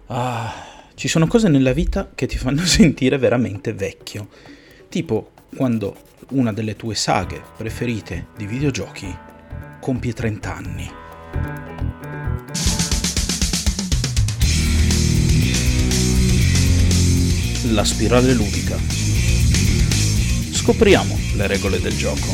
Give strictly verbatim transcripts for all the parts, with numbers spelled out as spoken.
Ah, ci sono cose nella vita che ti fanno sentire veramente vecchio, tipo quando una delle tue saghe preferite di videogiochi compie trenta anni. La spirale ludica. Scopriamo le regole del gioco.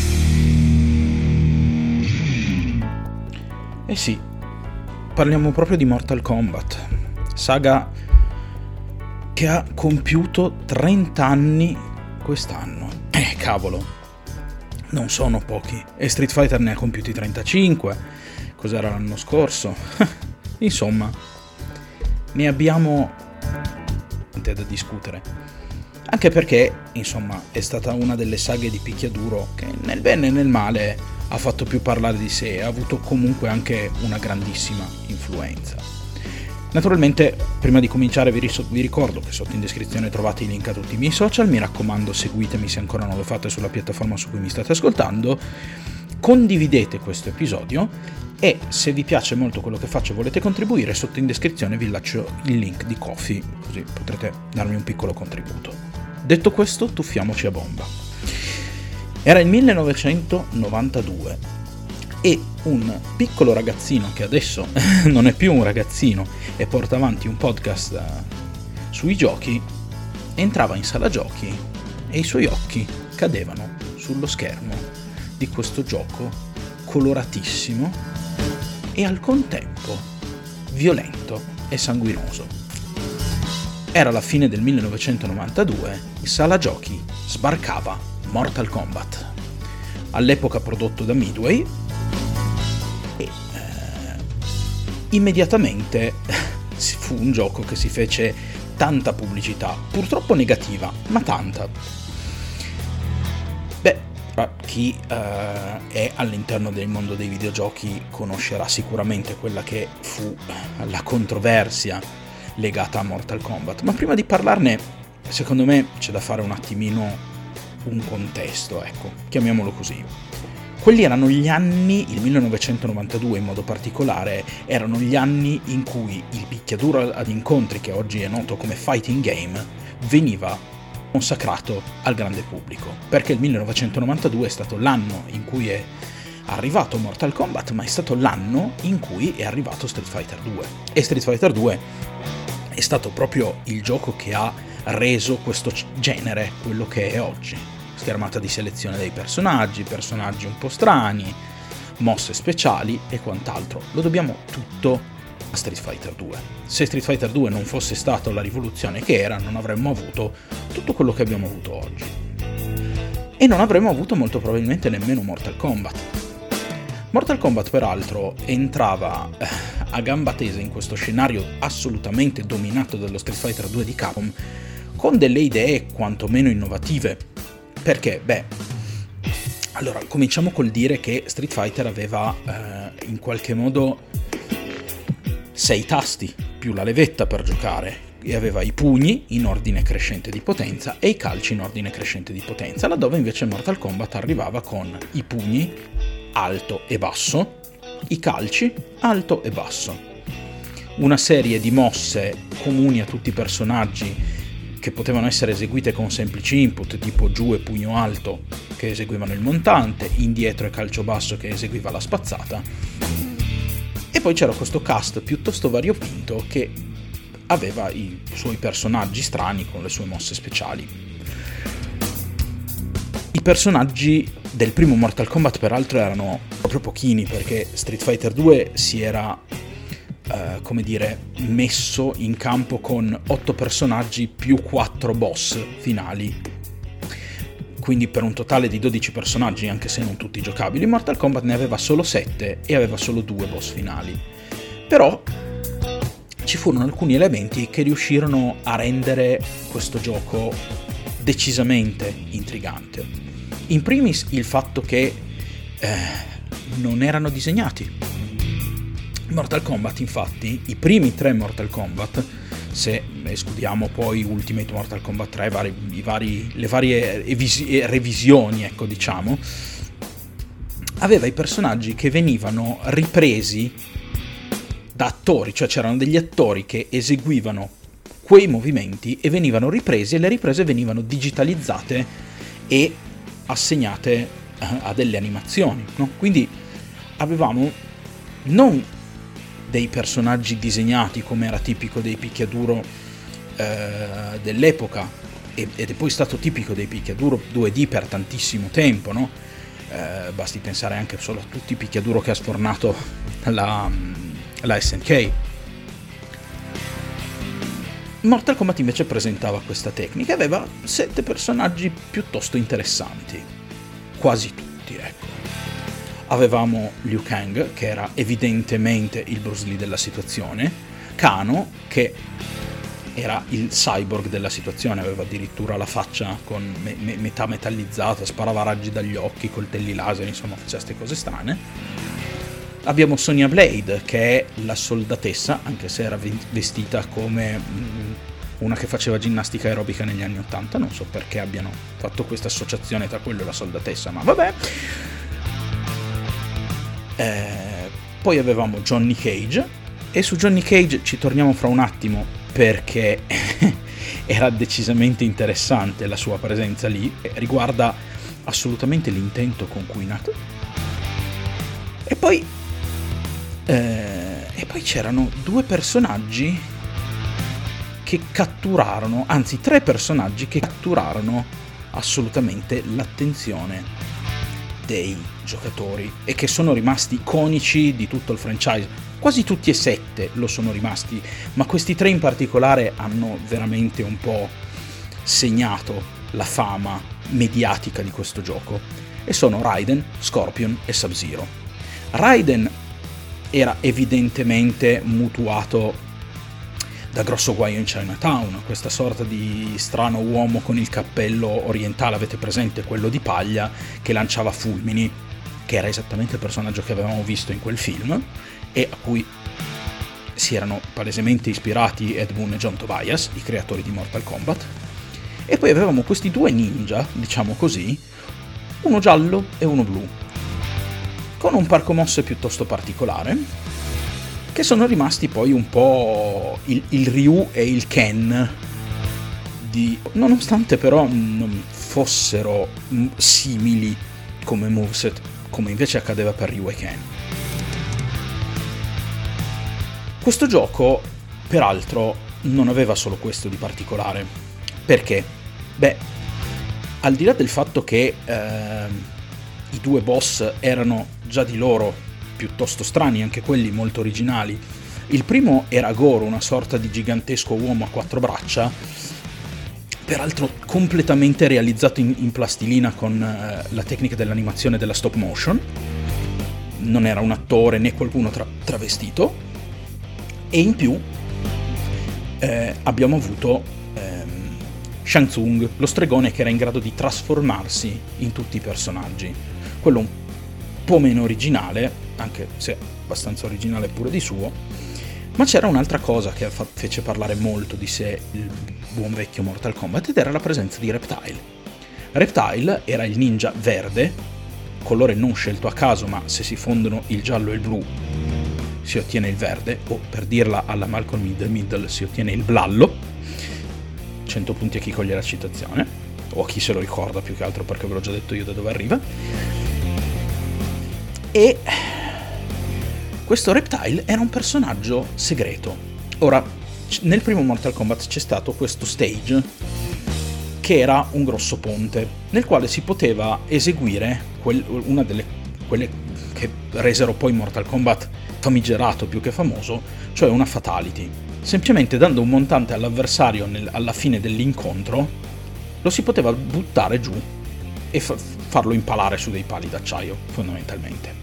Eh sì, parliamo proprio di Mortal Kombat, saga che ha compiuto trenta anni quest'anno. Eh, cavolo, non sono pochi. E Street Fighter ne ha compiuti trentacinque. Cos'era l'anno scorso? Insomma, ne abbiamo tante da discutere. Anche perché, insomma, è stata una delle saghe di picchiaduro che nel bene e nel male ha fatto più parlare di sé e ha avuto comunque anche una grandissima influenza. Naturalmente, prima di cominciare vi, ris- vi ricordo che sotto in descrizione trovate i link a tutti i miei social, mi raccomando seguitemi se ancora non lo fate sulla piattaforma su cui mi state ascoltando, condividete questo episodio e se vi piace molto quello che faccio e volete contribuire, sotto in descrizione vi lascio il link di Ko-fi, così potrete darmi un piccolo contributo. Detto questo, tuffiamoci a bomba. Era il millenovecentonovantadue e un piccolo ragazzino che adesso non è più un ragazzino e porta avanti un podcast sui giochi, entrava in sala giochi e i suoi occhi cadevano sullo schermo di questo gioco coloratissimo e al contempo violento e sanguinoso. Era la fine del millenovecentonovantadue, in sala giochi sbarcava Mortal Kombat, all'epoca prodotto da Midway, e eh, immediatamente fu un gioco che si fece tanta pubblicità, purtroppo negativa, ma tanta. Beh, chi eh, è all'interno del mondo dei videogiochi conoscerà sicuramente quella che fu la controversia legata a Mortal Kombat, ma prima di parlarne, secondo me c'è da fare un attimino un contesto, ecco, chiamiamolo così. Quelli erano gli anni, il millenovecentonovantadue in modo particolare, erano gli anni in cui il picchiaduro ad incontri, che oggi è noto come fighting game, veniva consacrato al grande pubblico, perché il millenovecentonovantadue è stato l'anno in cui è arrivato Mortal Kombat, ma è stato l'anno in cui è arrivato Street Fighter due, e Street Fighter due è stato proprio il gioco che ha reso questo genere quello che è oggi. Schermata di selezione dei personaggi, personaggi un po' strani, mosse speciali e quant'altro. Lo dobbiamo tutto a Street Fighter due. Se Street Fighter due non fosse stato la rivoluzione che era, non avremmo avuto tutto quello che abbiamo avuto oggi. E non avremmo avuto molto probabilmente nemmeno Mortal Kombat. Mortal Kombat, peraltro, entrava a gamba tesa in questo scenario assolutamente dominato dallo Street Fighter due di Capcom, con delle idee quantomeno innovative. Perché? Beh, allora, cominciamo col dire che Street Fighter aveva eh, in qualche modo sei tasti più la levetta per giocare, e aveva i pugni in ordine crescente di potenza e i calci in ordine crescente di potenza, laddove invece Mortal Kombat arrivava con i pugni alto e basso, i calci alto e basso, una serie di mosse comuni a tutti i personaggi che potevano essere eseguite con semplici input tipo giù e pugno alto che eseguivano il montante, indietro e calcio basso che eseguiva la spazzata, e poi c'era questo cast piuttosto variopinto che aveva i suoi personaggi strani con le sue mosse speciali. I personaggi del primo Mortal Kombat peraltro erano proprio pochini, perché Street Fighter due si era uh, come dire messo in campo con otto personaggi più quattro boss finali, quindi per un totale di dodici personaggi, anche se non tutti giocabili. Mortal Kombat ne aveva solo sette e aveva solo due boss finali, però ci furono alcuni elementi che riuscirono a rendere questo gioco decisamente intrigante. In primis il fatto che eh, non erano disegnati. Mortal Kombat, infatti, i primi tre Mortal Kombat, se escludiamo poi Ultimate Mortal Kombat tre, vari, i vari, le varie evisi- revisioni, ecco, diciamo, aveva i personaggi che venivano ripresi da attori, cioè c'erano degli attori che eseguivano quei movimenti e venivano ripresi, e le riprese venivano digitalizzate e assegnate a delle animazioni, no? Quindi avevamo non dei personaggi disegnati come era tipico dei picchiaduro eh, dell'epoca, ed è poi stato tipico dei picchiaduro due D per tantissimo tempo, no? Eh, basti pensare anche solo a tutti i picchiaduro che ha sfornato la, la S N K. Mortal Kombat invece presentava questa tecnica e aveva sette personaggi piuttosto interessanti, quasi tutti, ecco. Avevamo Liu Kang, che era evidentemente il Bruce Lee della situazione, Kano, che era il cyborg della situazione, aveva addirittura la faccia con me- me- metà metallizzata, sparava raggi dagli occhi, coltelli laser, insomma faceva queste cose strane. Abbiamo Sonya Blade, che è la soldatessa, anche se era vestita come una che faceva ginnastica aerobica negli anni ottanta, non so perché abbiano fatto questa associazione tra quello e la soldatessa, ma vabbè. Eh, poi avevamo Johnny Cage, e su Johnny Cage ci torniamo fra un attimo perché era decisamente interessante la sua presenza lì, riguarda assolutamente l'intento con cui è nato. E poi eh, e poi c'erano due personaggi che catturarono, anzi tre personaggi che catturarono assolutamente l'attenzione dei giocatori e che sono rimasti iconici di tutto il franchise. Quasi tutti e sette lo sono rimasti, ma questi tre in particolare hanno veramente un po' segnato la fama mediatica di questo gioco, e sono Raiden, Scorpion e Sub-Zero. Raiden era evidentemente mutuato da Grosso Guaio in Chinatown, questa sorta di strano uomo con il cappello orientale, avete presente, quello di paglia, che lanciava fulmini, che era esattamente il personaggio che avevamo visto in quel film e a cui si erano palesemente ispirati Ed Boon e John Tobias, i creatori di Mortal Kombat. E poi avevamo questi due ninja, diciamo così, uno giallo e uno blu, con un parco mosse piuttosto particolare, che sono rimasti poi un po' il, il Ryu e il Ken di... nonostante però non fossero simili come moveset, come invece accadeva per Ryu e Ken. Questo gioco, peraltro, non aveva solo questo di particolare. Perché? Beh, al di là del fatto che eh, i due boss erano già di loro piuttosto strani, anche quelli molto originali. Il primo era Goro, una sorta di gigantesco uomo a quattro braccia, peraltro completamente realizzato in, in plastilina con eh, la tecnica dell'animazione della stop motion. Non era un attore né qualcuno tra- travestito. E in più eh, abbiamo avuto ehm, Shang Tsung, lo stregone che era in grado di trasformarsi in tutti i personaggi. Quello un po' meno originale, anche se abbastanza originale pure di suo, ma c'era un'altra cosa che fa- fece parlare molto di sé il buon vecchio Mortal Kombat, ed era la presenza di Reptile. Reptile era il ninja verde, colore non scelto a caso, ma se si fondono il giallo e il blu si ottiene il verde, o per dirla alla Malcolm in the Middle si ottiene il blallo. cento punti a chi coglie la citazione, o a chi se lo ricorda più che altro, perché ve l'ho già detto io da dove arriva. E questo Reptile era un personaggio segreto. Ora, nel primo Mortal Kombat c'è stato questo stage che era un grosso ponte, nel quale si poteva eseguire quel, una delle quelle che resero poi Mortal Kombat famigerato più che famoso, cioè una fatality. Semplicemente dando un montante all'avversario nel, alla fine dell'incontro, lo si poteva buttare giù e fa- farlo impalare su dei pali d'acciaio, fondamentalmente.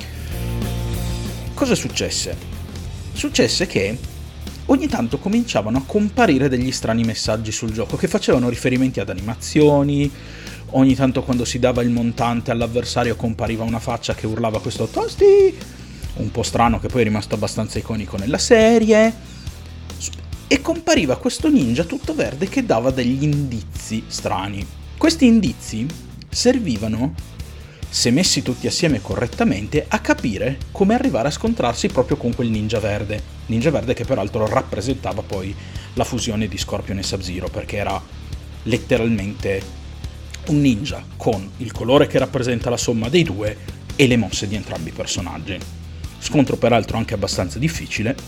Cosa successe? Successe che ogni tanto cominciavano a comparire degli strani messaggi sul gioco che facevano riferimenti ad animazioni. Ogni tanto quando si dava il montante all'avversario compariva una faccia che urlava questo tosti, un po' strano, che poi è rimasto abbastanza iconico nella serie, e compariva questo ninja tutto verde che dava degli indizi strani. Questi indizi servivano se messi tutti assieme correttamente, a capire come arrivare a scontrarsi proprio con quel ninja verde. Ninja verde che peraltro rappresentava poi la fusione di Scorpion e Sub-Zero, perché era letteralmente un ninja con il colore che rappresenta la somma dei due e le mosse di entrambi i personaggi. Scontro peraltro anche abbastanza difficile,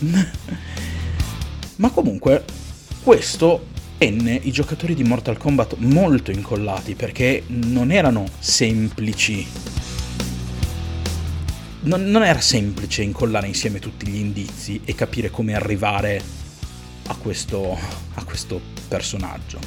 ma comunque questo tenne i giocatori di Mortal Kombat molto incollati, perché non erano semplici. Non, non era semplice incollare insieme tutti gli indizi e capire come arrivare a questo, a questo personaggio.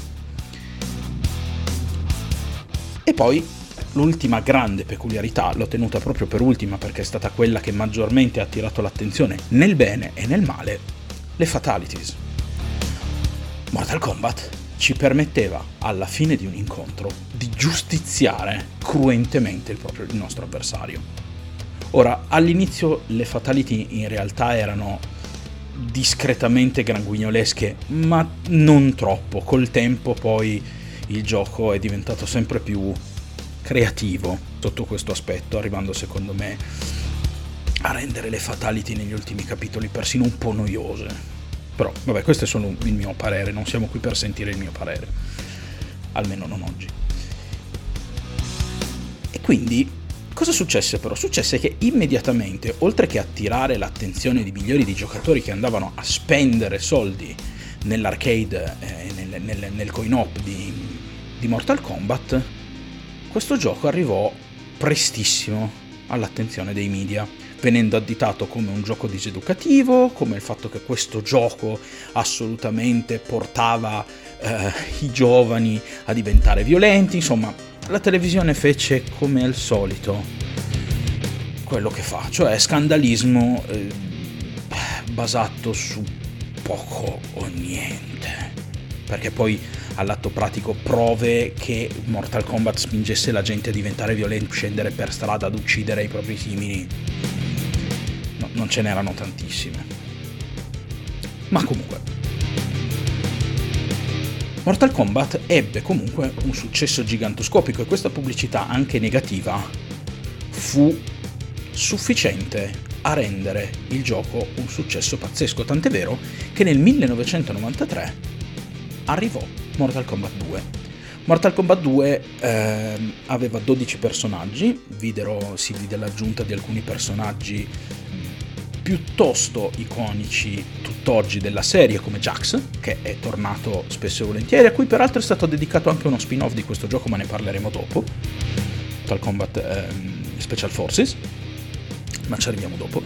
E poi l'ultima grande peculiarità, l'ho tenuta proprio per ultima perché è stata quella che maggiormente ha attirato l'attenzione nel bene e nel male, le fatalities. Mortal Kombat ci permetteva alla fine di un incontro di giustiziare cruentemente il, proprio, il nostro avversario. Ora, all'inizio le fatality in realtà erano discretamente granguignolesche, ma non troppo. Col tempo poi il gioco è diventato sempre più creativo sotto questo aspetto, arrivando secondo me a rendere le fatality negli ultimi capitoli persino un po' noiose. Però, vabbè, questo è solo il mio parere, non siamo qui per sentire il mio parere, almeno non oggi. E quindi, cosa successe però? Successe che immediatamente, oltre che attirare l'attenzione di milioni di giocatori che andavano a spendere soldi nell'arcade, eh, nel, nel, nel coin-op di, di Mortal Kombat, questo gioco arrivò prestissimo all'attenzione dei media, venendo additato come un gioco diseducativo, come il fatto che questo gioco assolutamente portava eh, i giovani a diventare violenti. Insomma, la televisione fece come al solito quello che fa, cioè scandalismo eh, basato su poco o niente, perché poi all'atto pratico prove che Mortal Kombat spingesse la gente a diventare violenti, scendere per strada ad uccidere i propri simili, no, non ce n'erano tantissime. Ma comunque Mortal Kombat ebbe comunque un successo gigantoscopico e questa pubblicità, anche negativa, fu sufficiente a rendere il gioco un successo pazzesco, tant'è vero che nel millenovecentonovantatré arrivò Mortal Kombat due. Mortal Kombat due eh, aveva dodici personaggi, videro, si vide l'aggiunta di alcuni personaggi piuttosto iconici tutt'oggi della serie, come Jax, che è tornato spesso e volentieri, a cui peraltro è stato dedicato anche uno spin-off di questo gioco, ma ne parleremo dopo, Mortal Kombat eh, Special Forces, ma ci arriviamo dopo.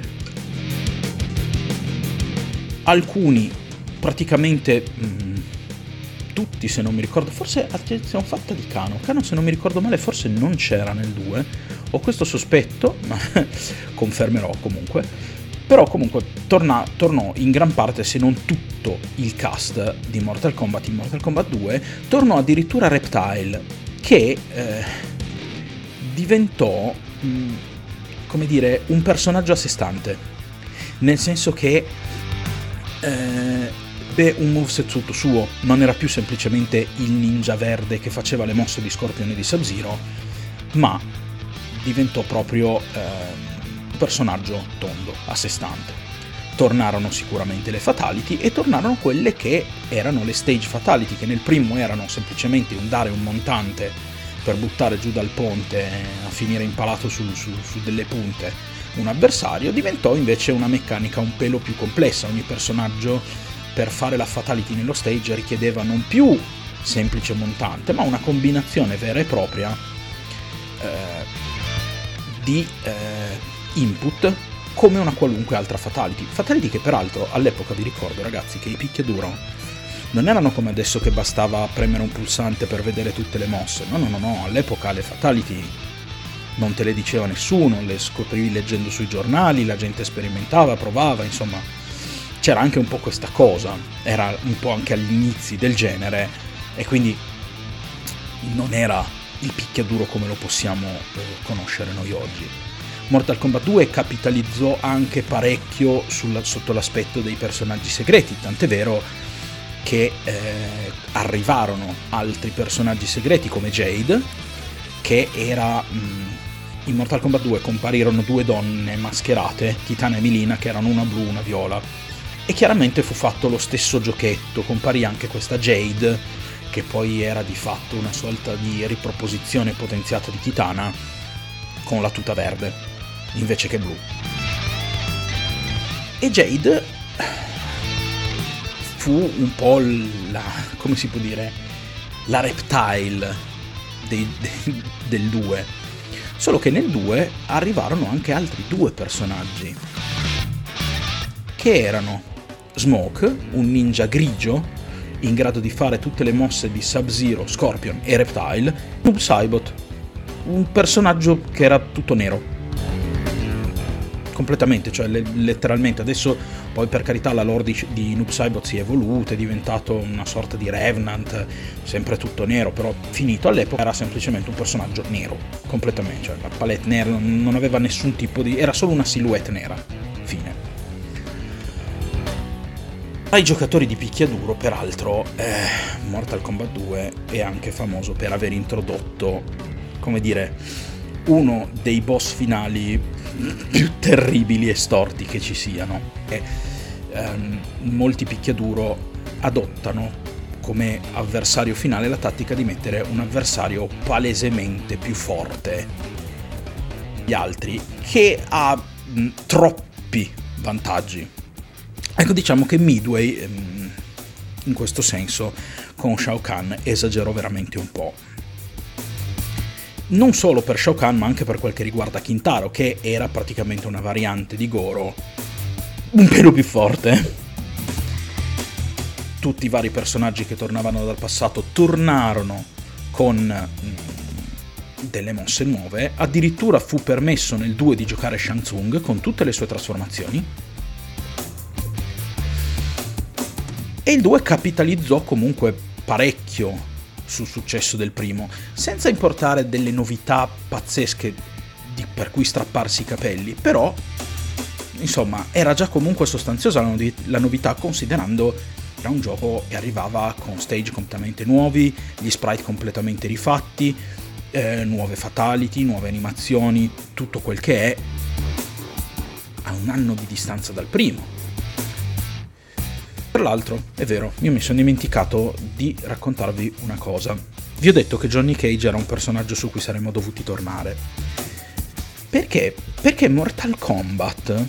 Alcuni praticamente mh, tutti, se non mi ricordo, forse attenzione fatta di Kano Kano se non mi ricordo male forse non c'era nel due, ho questo sospetto, ma confermerò comunque. Però comunque torna, tornò in gran parte, se non tutto, il cast di Mortal Kombat in Mortal Kombat due, tornò addirittura Reptile, che eh, diventò mh, come dire un personaggio a sé stante, nel senso che eh, ebbe un moveset tutto suo, non era più semplicemente il ninja verde che faceva le mosse di Scorpion e di Sub-Zero, ma diventò proprio eh, un personaggio tondo, a sé stante. Tornarono sicuramente le fatality e tornarono quelle che erano le stage fatality, che nel primo erano semplicemente un dare un montante per buttare giù dal ponte a finire impalato su, su, su delle punte un avversario. Diventò invece una meccanica un pelo più complessa. Ogni personaggio per fare la fatality nello stage richiedeva non più semplice montante, ma una combinazione vera e propria eh, di eh, input, come una qualunque altra fatality. Fatality che peraltro all'epoca, vi ricordo ragazzi, che i picchiaduro non erano come adesso che bastava premere un pulsante per vedere tutte le mosse. No, no, no, no, all'epoca le fatality non te le diceva nessuno, le scoprivi leggendo sui giornali, la gente sperimentava, provava, insomma c'era anche un po' questa cosa, era un po' anche agli inizi del genere e quindi non era il picchiaduro come lo possiamo eh, conoscere noi oggi. Mortal Kombat due capitalizzò anche parecchio sul, sotto l'aspetto dei personaggi segreti, tant'è vero che eh, arrivarono altri personaggi segreti come Jade, che era... Mh, in Mortal Kombat due comparirono due donne mascherate, Kitana e Mileena, che erano una blu, una viola, e chiaramente fu fatto lo stesso giochetto, comparì anche questa Jade, che poi era di fatto una sorta di riproposizione potenziata di Kitana, con la tuta verde, invece che blu. E Jade fu un po' la, come si può dire, la reptile dei, de, del due. Solo che nel due arrivarono anche altri due personaggi, che erano Smoke, un ninja grigio in grado di fare tutte le mosse di Sub-Zero, Scorpion e Reptile, Noob Saibot, un personaggio che era tutto nero. Completamente, cioè le- letteralmente. Adesso poi per carità la lore di, di Noob Saibot si è evoluta, è diventato una sorta di Revenant, sempre tutto nero, però finito all'epoca era semplicemente un personaggio nero, completamente, cioè la palette nera, non, non aveva nessun tipo di... era solo una silhouette nera, fine. Ai giocatori di picchiaduro, peraltro, eh, Mortal Kombat due è anche famoso per aver introdotto, come dire, uno dei boss finali più terribili e storti che ci siano. E, ehm, molti picchiaduro adottano come avversario finale la tattica di mettere un avversario palesemente più forte degli altri, che ha mh, troppi vantaggi. Ecco, diciamo che Midway, ehm, in questo senso, con Shao Kahn esagerò veramente un po'. Non solo per Shao Kahn, ma anche per quel che riguarda Kintaro, che era praticamente una variante di Goro un pelo più forte. Tutti i vari personaggi che tornavano dal passato tornarono con mh, delle mosse nuove. Addirittura fu permesso nel due di giocare Shang Tsung con tutte le sue trasformazioni. E il due capitalizzò comunque parecchio sul successo del primo, senza importare delle novità pazzesche di, per cui strapparsi i capelli, però insomma era già comunque sostanziosa la, novi- la novità, considerando era un gioco che arrivava con stage completamente nuovi, gli sprite completamente rifatti, eh, nuove fatality, nuove animazioni, tutto quel che è, a un anno di distanza dal primo. Tra l'altro, è vero, io mi sono dimenticato di raccontarvi una cosa. Vi ho detto che Johnny Cage era un personaggio su cui saremmo dovuti tornare. Perché? Perché Mortal Kombat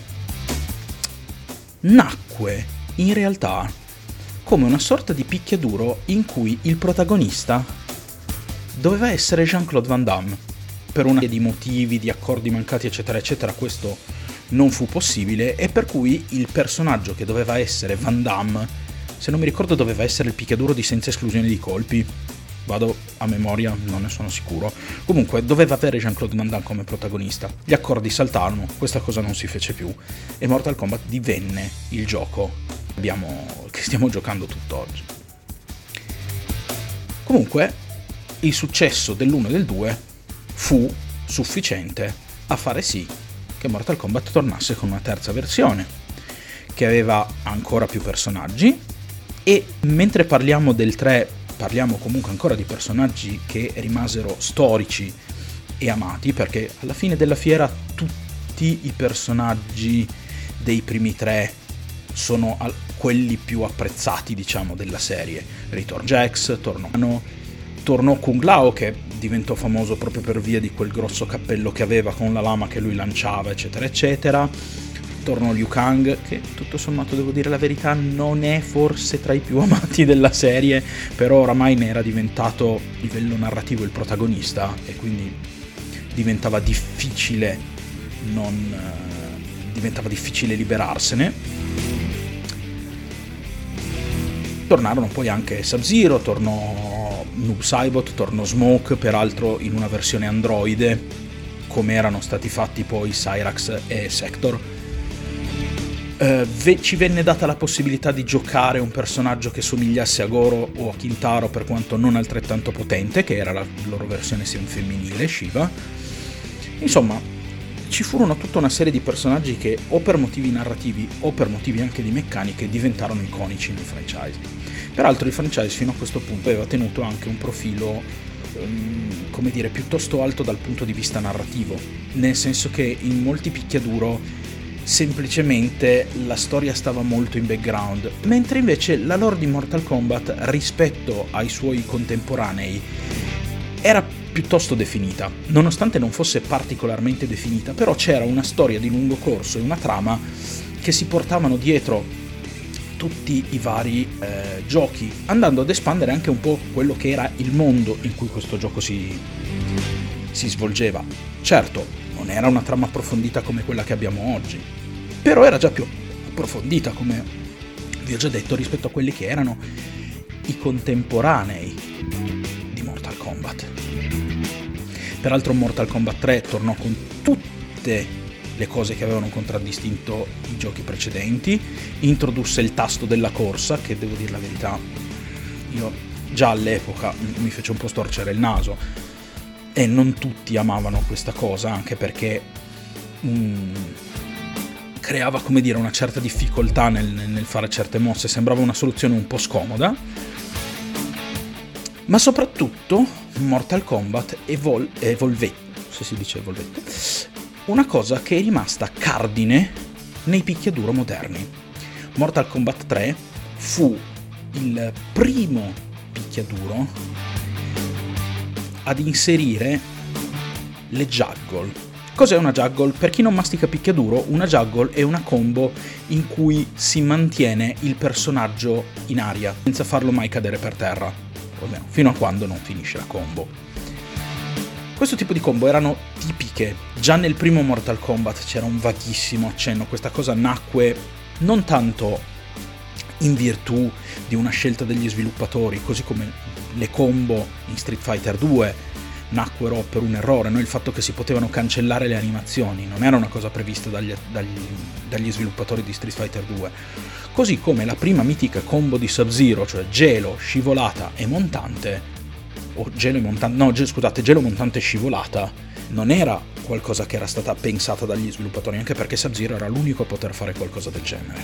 nacque, in realtà, come una sorta di picchiaduro in cui il protagonista doveva essere Jean-Claude Van Damme. Per una serie di motivi, di accordi mancati, eccetera, eccetera, questo non fu possibile, e per cui il personaggio che doveva essere Van Damme, se non mi ricordo doveva essere il picchiaduro di senza esclusione di colpi, vado a memoria, non ne sono sicuro, comunque doveva avere Jean-Claude Van Damme come protagonista. Gli accordi saltarono, questa cosa non si fece più, e Mortal Kombat divenne il gioco che, abbiamo, che stiamo giocando tutt'oggi. Comunque il successo dell'uno e del due fu sufficiente a fare sì che Mortal Kombat tornasse con una terza versione, che aveva ancora più personaggi, e mentre parliamo del tre, parliamo comunque ancora di personaggi che rimasero storici e amati, perché alla fine della fiera tutti i personaggi dei primi tre sono quelli più apprezzati, diciamo, della serie. Ritornò Jax, tornò Ano, tornò Kung Lao, che diventò famoso proprio per via di quel grosso cappello che aveva con la lama che lui lanciava, eccetera eccetera. Tornò Liu Kang, che tutto sommato, devo dire la verità, non è forse tra i più amati della serie, però oramai ne era diventato a livello narrativo il protagonista, e quindi diventava difficile non diventava difficile liberarsene. Tornarono poi anche Sub-Zero, tornò Noob Saibot, tornò Smoke, peraltro in una versione androide, come erano stati fatti poi Cyrax e Sector. Eh, ve- ci venne data la possibilità di giocare un personaggio che somigliasse a Goro o a Kintaro, per quanto non altrettanto potente, che era la loro versione femminile, Shiva. Insomma, ci furono tutta una serie di personaggi che, o per motivi narrativi o per motivi anche di meccaniche, diventarono iconici nel franchise. Peraltro il franchise fino a questo punto aveva tenuto anche un profilo ehm, come dire, piuttosto alto dal punto di vista narrativo, nel senso che in molti picchiaduro semplicemente la storia stava molto in background, mentre invece la lore di Mortal Kombat rispetto ai suoi contemporanei era piuttosto definita. Nonostante non fosse particolarmente definita, però c'era una storia di lungo corso e una trama che si portavano dietro tutti i vari eh, giochi, andando ad espandere anche un po' quello che era il mondo in cui questo gioco si, si svolgeva. Certo, non era una trama approfondita come quella che abbiamo oggi, però era già più approfondita, come vi ho già detto, rispetto a quelli che erano i contemporanei di Mortal Kombat. Peraltro Mortal Kombat tre tornò con tutte le cose che avevano contraddistinto i giochi precedenti, introdusse il tasto della corsa, che devo dire la verità, io già all'epoca mi fece un po' storcere il naso, e non tutti amavano questa cosa, anche perché mm, creava, come dire, una certa difficoltà nel, nel fare certe mosse, sembrava una soluzione un po' scomoda, ma soprattutto Mortal Kombat evol- evolvette, se si dice evolvette, una cosa che è rimasta cardine nei picchiaduro moderni. Mortal Kombat tre fu il primo picchiaduro ad inserire le juggle. Cos'è una juggle? Per chi non mastica picchiaduro, una juggle è una combo in cui si mantiene il personaggio in aria senza farlo mai cadere per terra, o almeno fino a quando non finisce la combo. Questo tipo di combo erano tipiche. Già nel primo Mortal Kombat c'era un vaghissimo accenno. Questa cosa nacque non tanto in virtù di una scelta degli sviluppatori, così come le combo in Street Fighter due nacquero per un errore, no? Il fatto che si potevano cancellare le animazioni non era una cosa prevista dagli, dagli, dagli sviluppatori di Street Fighter due. Così come la prima mitica combo di Sub-Zero, cioè gelo, scivolata e montante, o gelo e montante, no, scusate, gelo, montante e scivolata, non era qualcosa che era stata pensata dagli sviluppatori, anche perché Sub-Zero era l'unico a poter fare qualcosa del genere.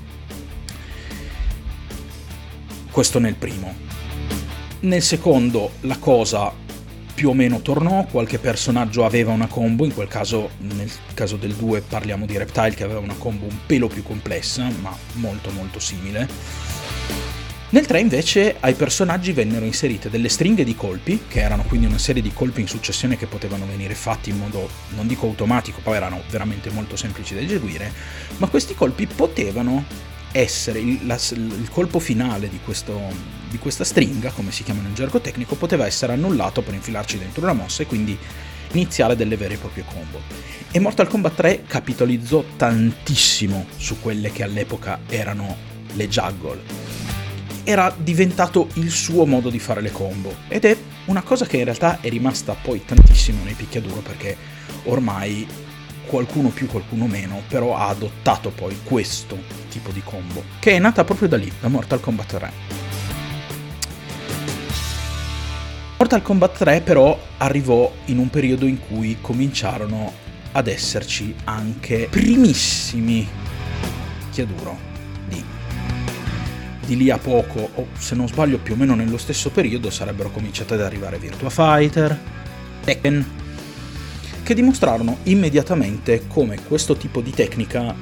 Questo nel primo. Nel secondo la cosa più o meno tornò, qualche personaggio aveva una combo, in quel caso, nel caso del due parliamo di Reptile, che aveva una combo un pelo più complessa, ma molto molto simile. Nel tre invece ai personaggi vennero inserite delle stringhe di colpi, che erano quindi una serie di colpi in successione che potevano venire fatti in modo, non dico automatico, poi erano veramente molto semplici da eseguire, ma questi colpi potevano essere, il, la, il colpo finale di, questo, di questa stringa, come si chiama nel gergo tecnico, poteva essere annullato per infilarci dentro una mossa e quindi iniziare delle vere e proprie combo. E Mortal Kombat tre capitalizzò tantissimo su quelle che all'epoca erano le juggle. Era diventato il suo modo di fare le combo, ed è una cosa che in realtà è rimasta poi tantissimo nei picchiaduro, perché ormai qualcuno più qualcuno meno però ha adottato poi questo tipo di combo, che è nata proprio da lì, da Mortal Kombat tre. Mortal Kombat tre però arrivò in un periodo in cui cominciarono ad esserci anche primissimi picchiaduro. Di lì a poco, o se non sbaglio più o meno nello stesso periodo, sarebbero cominciate ad arrivare Virtua Fighter, Tekken, che dimostrarono immediatamente come questo tipo di tecnica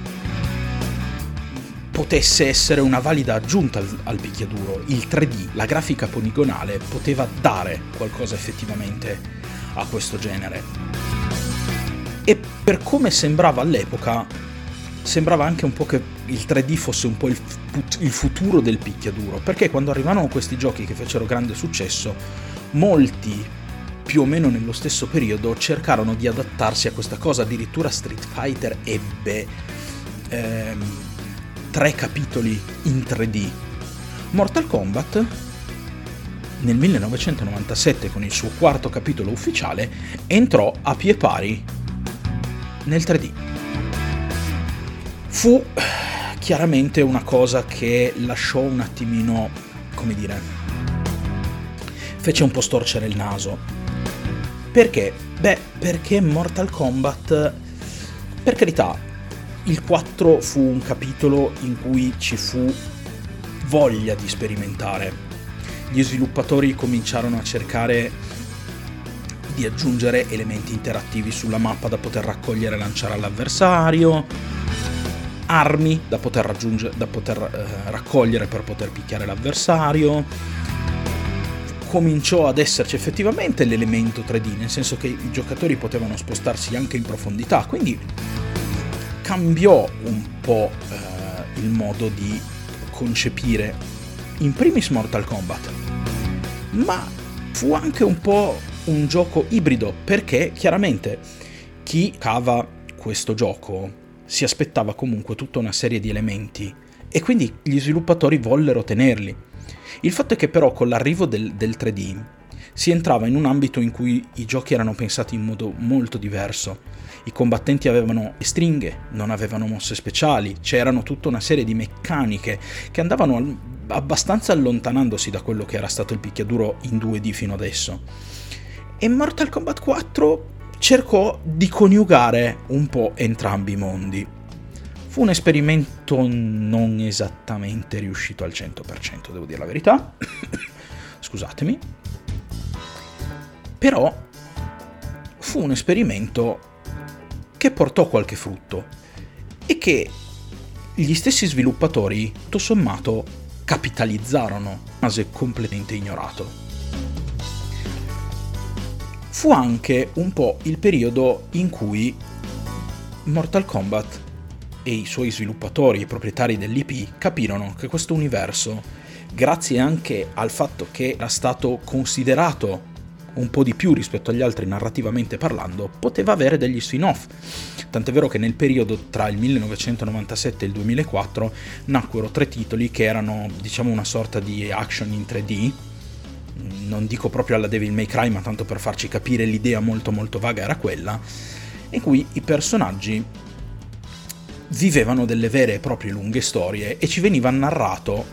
potesse essere una valida aggiunta al, al picchiaduro. Il tre D, la grafica poligonale, poteva dare qualcosa effettivamente a questo genere. E per come sembrava all'epoca, sembrava anche un po' che il tre D fosse un po' il, il futuro del picchiaduro, perché quando arrivarono questi giochi che fecero grande successo, molti più o meno nello stesso periodo cercarono di adattarsi a questa cosa. Addirittura Street Fighter ebbe ehm, tre capitoli in tre D. Mortal Kombat nel millenovecentonovantasette, con il suo quarto capitolo ufficiale, entrò a pie pari nel tre D. Fu chiaramente una cosa che lasciò un attimino, come dire, fece un po' storcere il naso. Perché? Beh, perché Mortal Kombat, per carità, il quattro fu un capitolo in cui ci fu voglia di sperimentare. Gli sviluppatori cominciarono a cercare di aggiungere elementi interattivi sulla mappa da poter raccogliere e lanciare all'avversario, armi da poter, raggiungere, da poter eh, raccogliere per poter picchiare l'avversario. Cominciò ad esserci effettivamente l'elemento tre D, nel senso che i giocatori potevano spostarsi anche in profondità, quindi cambiò un po' eh, il modo di concepire in primis Mortal Kombat, ma fu anche un po' un gioco ibrido, perché chiaramente chi cava questo gioco si aspettava comunque tutta una serie di elementi e quindi gli sviluppatori vollero tenerli. Il fatto è che però con l'arrivo del, del tre D si entrava in un ambito in cui i giochi erano pensati in modo molto diverso. I combattenti avevano stringhe, non avevano mosse speciali, c'erano tutta una serie di meccaniche che andavano al, abbastanza allontanandosi da quello che era stato il picchiaduro in due D fino adesso. E Mortal Kombat quattro cercò di coniugare un po' entrambi i mondi. Fu un esperimento non esattamente riuscito al cento per cento, devo dire la verità. Scusatemi. Però fu un esperimento che portò qualche frutto e che gli stessi sviluppatori, tutto sommato, capitalizzarono, rimase completamente ignorato. Fu anche un po' il periodo in cui Mortal Kombat e i suoi sviluppatori, i proprietari dell'I P, capirono che questo universo, grazie anche al fatto che era stato considerato un po' di più rispetto agli altri narrativamente parlando, poteva avere degli spin-off. Tant'è vero che nel periodo tra il millenovecentonovantasette e il duemilaquattro nacquero tre titoli che erano, diciamo, una sorta di action in tre D. Non dico proprio alla Devil May Cry, ma tanto per farci capire l'idea molto molto vaga era quella, in cui i personaggi vivevano delle vere e proprie lunghe storie e ci veniva narrato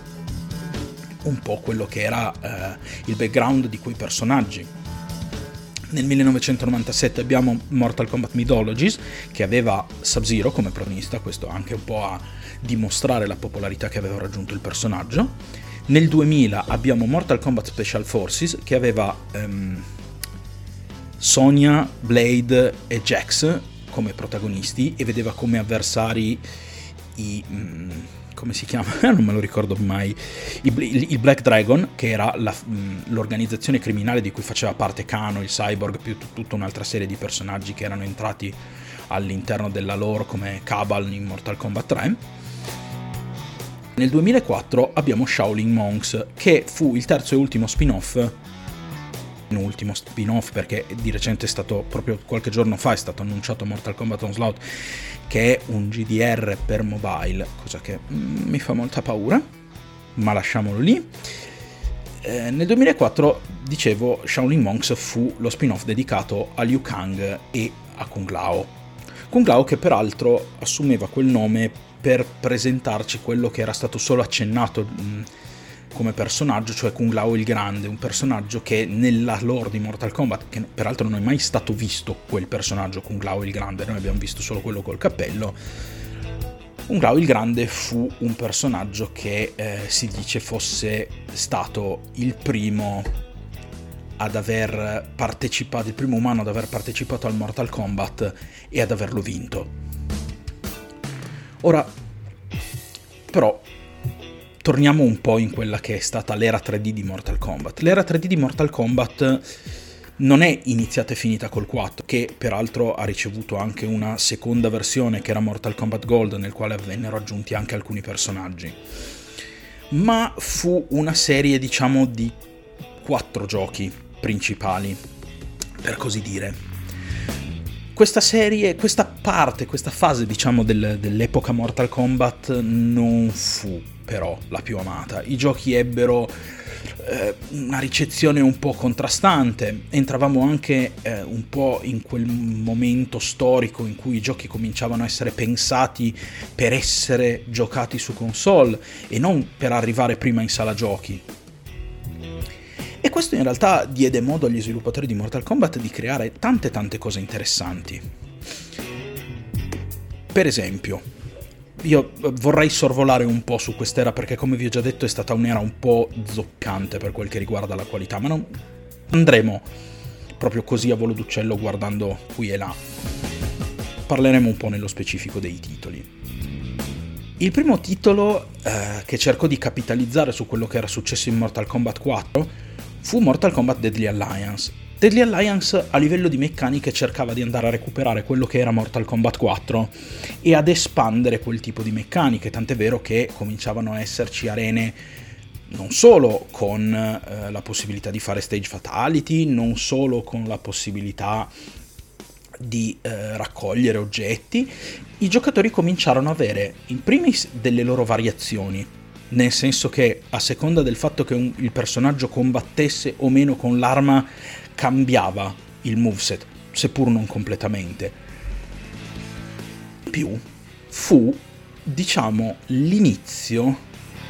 un po' quello che era eh, il background di quei personaggi. Nel millenovecentonovantasette abbiamo Mortal Kombat Mythologies, che aveva Sub-Zero come protagonista, questo anche un po' a dimostrare la popolarità che aveva raggiunto il personaggio. Nel duemila abbiamo Mortal Kombat Special Forces, che aveva um, Sonya, Blade e Jax come protagonisti e vedeva come avversari i... Um, come si chiama? Non me lo ricordo mai. Il, il Black Dragon, che era la, l'organizzazione criminale di cui faceva parte Kano, il Cyborg, più t- tutta un'altra serie di personaggi che erano entrati all'interno della lore come Cabal in Mortal Kombat tre. Nel duemilaquattro abbiamo Shaolin Monks, che fu il terzo e ultimo spin-off, un ultimo spin-off perché di recente è stato, proprio qualche giorno fa, è stato annunciato Mortal Kombat Onslaught, che è un G D R per mobile, cosa che mm, mi fa molta paura, ma lasciamolo lì. Eh, nel duemilaquattro, dicevo, Shaolin Monks fu lo spin-off dedicato a Liu Kang e a Kung Lao. Kung Lao che peraltro assumeva quel nome per presentarci quello che era stato solo accennato mh, come personaggio, cioè Kung Lao il Grande, un personaggio che nella lore di Mortal Kombat, che peraltro non è mai stato visto quel personaggio Kung Lao il Grande, noi abbiamo visto solo quello col cappello. Kung Lao il Grande fu un personaggio che eh, si dice fosse stato il primo ad aver partecipato, il primo umano ad aver partecipato al Mortal Kombat e ad averlo vinto. Ora, però, torniamo un po' in quella che è stata l'era tre D di Mortal Kombat. L'era tre D di Mortal Kombat non è iniziata e finita col quattro, che peraltro ha ricevuto anche una seconda versione che era Mortal Kombat Gold, nel quale vennero aggiunti anche alcuni personaggi. Ma fu una serie, diciamo, di quattro giochi principali, per così dire. Questa serie, questa parte, questa fase, diciamo, del, dell'epoca Mortal Kombat non fu però la più amata. I giochi ebbero eh, una ricezione un po' contrastante, entravamo anche eh, un po' in quel momento storico in cui i giochi cominciavano a essere pensati per essere giocati su console e non per arrivare prima in sala giochi. E questo in realtà diede modo agli sviluppatori di Mortal Kombat di creare tante tante cose interessanti. Per esempio, io vorrei sorvolare un po' su quest'era perché, come vi ho già detto, è stata un'era un po' zoccante per quel che riguarda la qualità, ma non andremo proprio così a volo d'uccello guardando qui e là. Parleremo un po' nello specifico dei titoli. Il primo titolo eh, che cercò di capitalizzare su quello che era successo in Mortal Kombat quattro fu Mortal Kombat Deadly Alliance. Deadly Alliance a livello di meccaniche cercava di andare a recuperare quello che era Mortal Kombat quattro e ad espandere quel tipo di meccaniche, tant'è vero che cominciavano a esserci arene non solo con eh, la possibilità di fare stage fatality, non solo con la possibilità di eh, raccogliere oggetti. I giocatori cominciarono ad avere in primis delle loro variazioni, nel senso che a seconda del fatto che un, il personaggio combattesse o meno con l'arma cambiava il moveset, seppur non completamente. In più fu, diciamo, l'inizio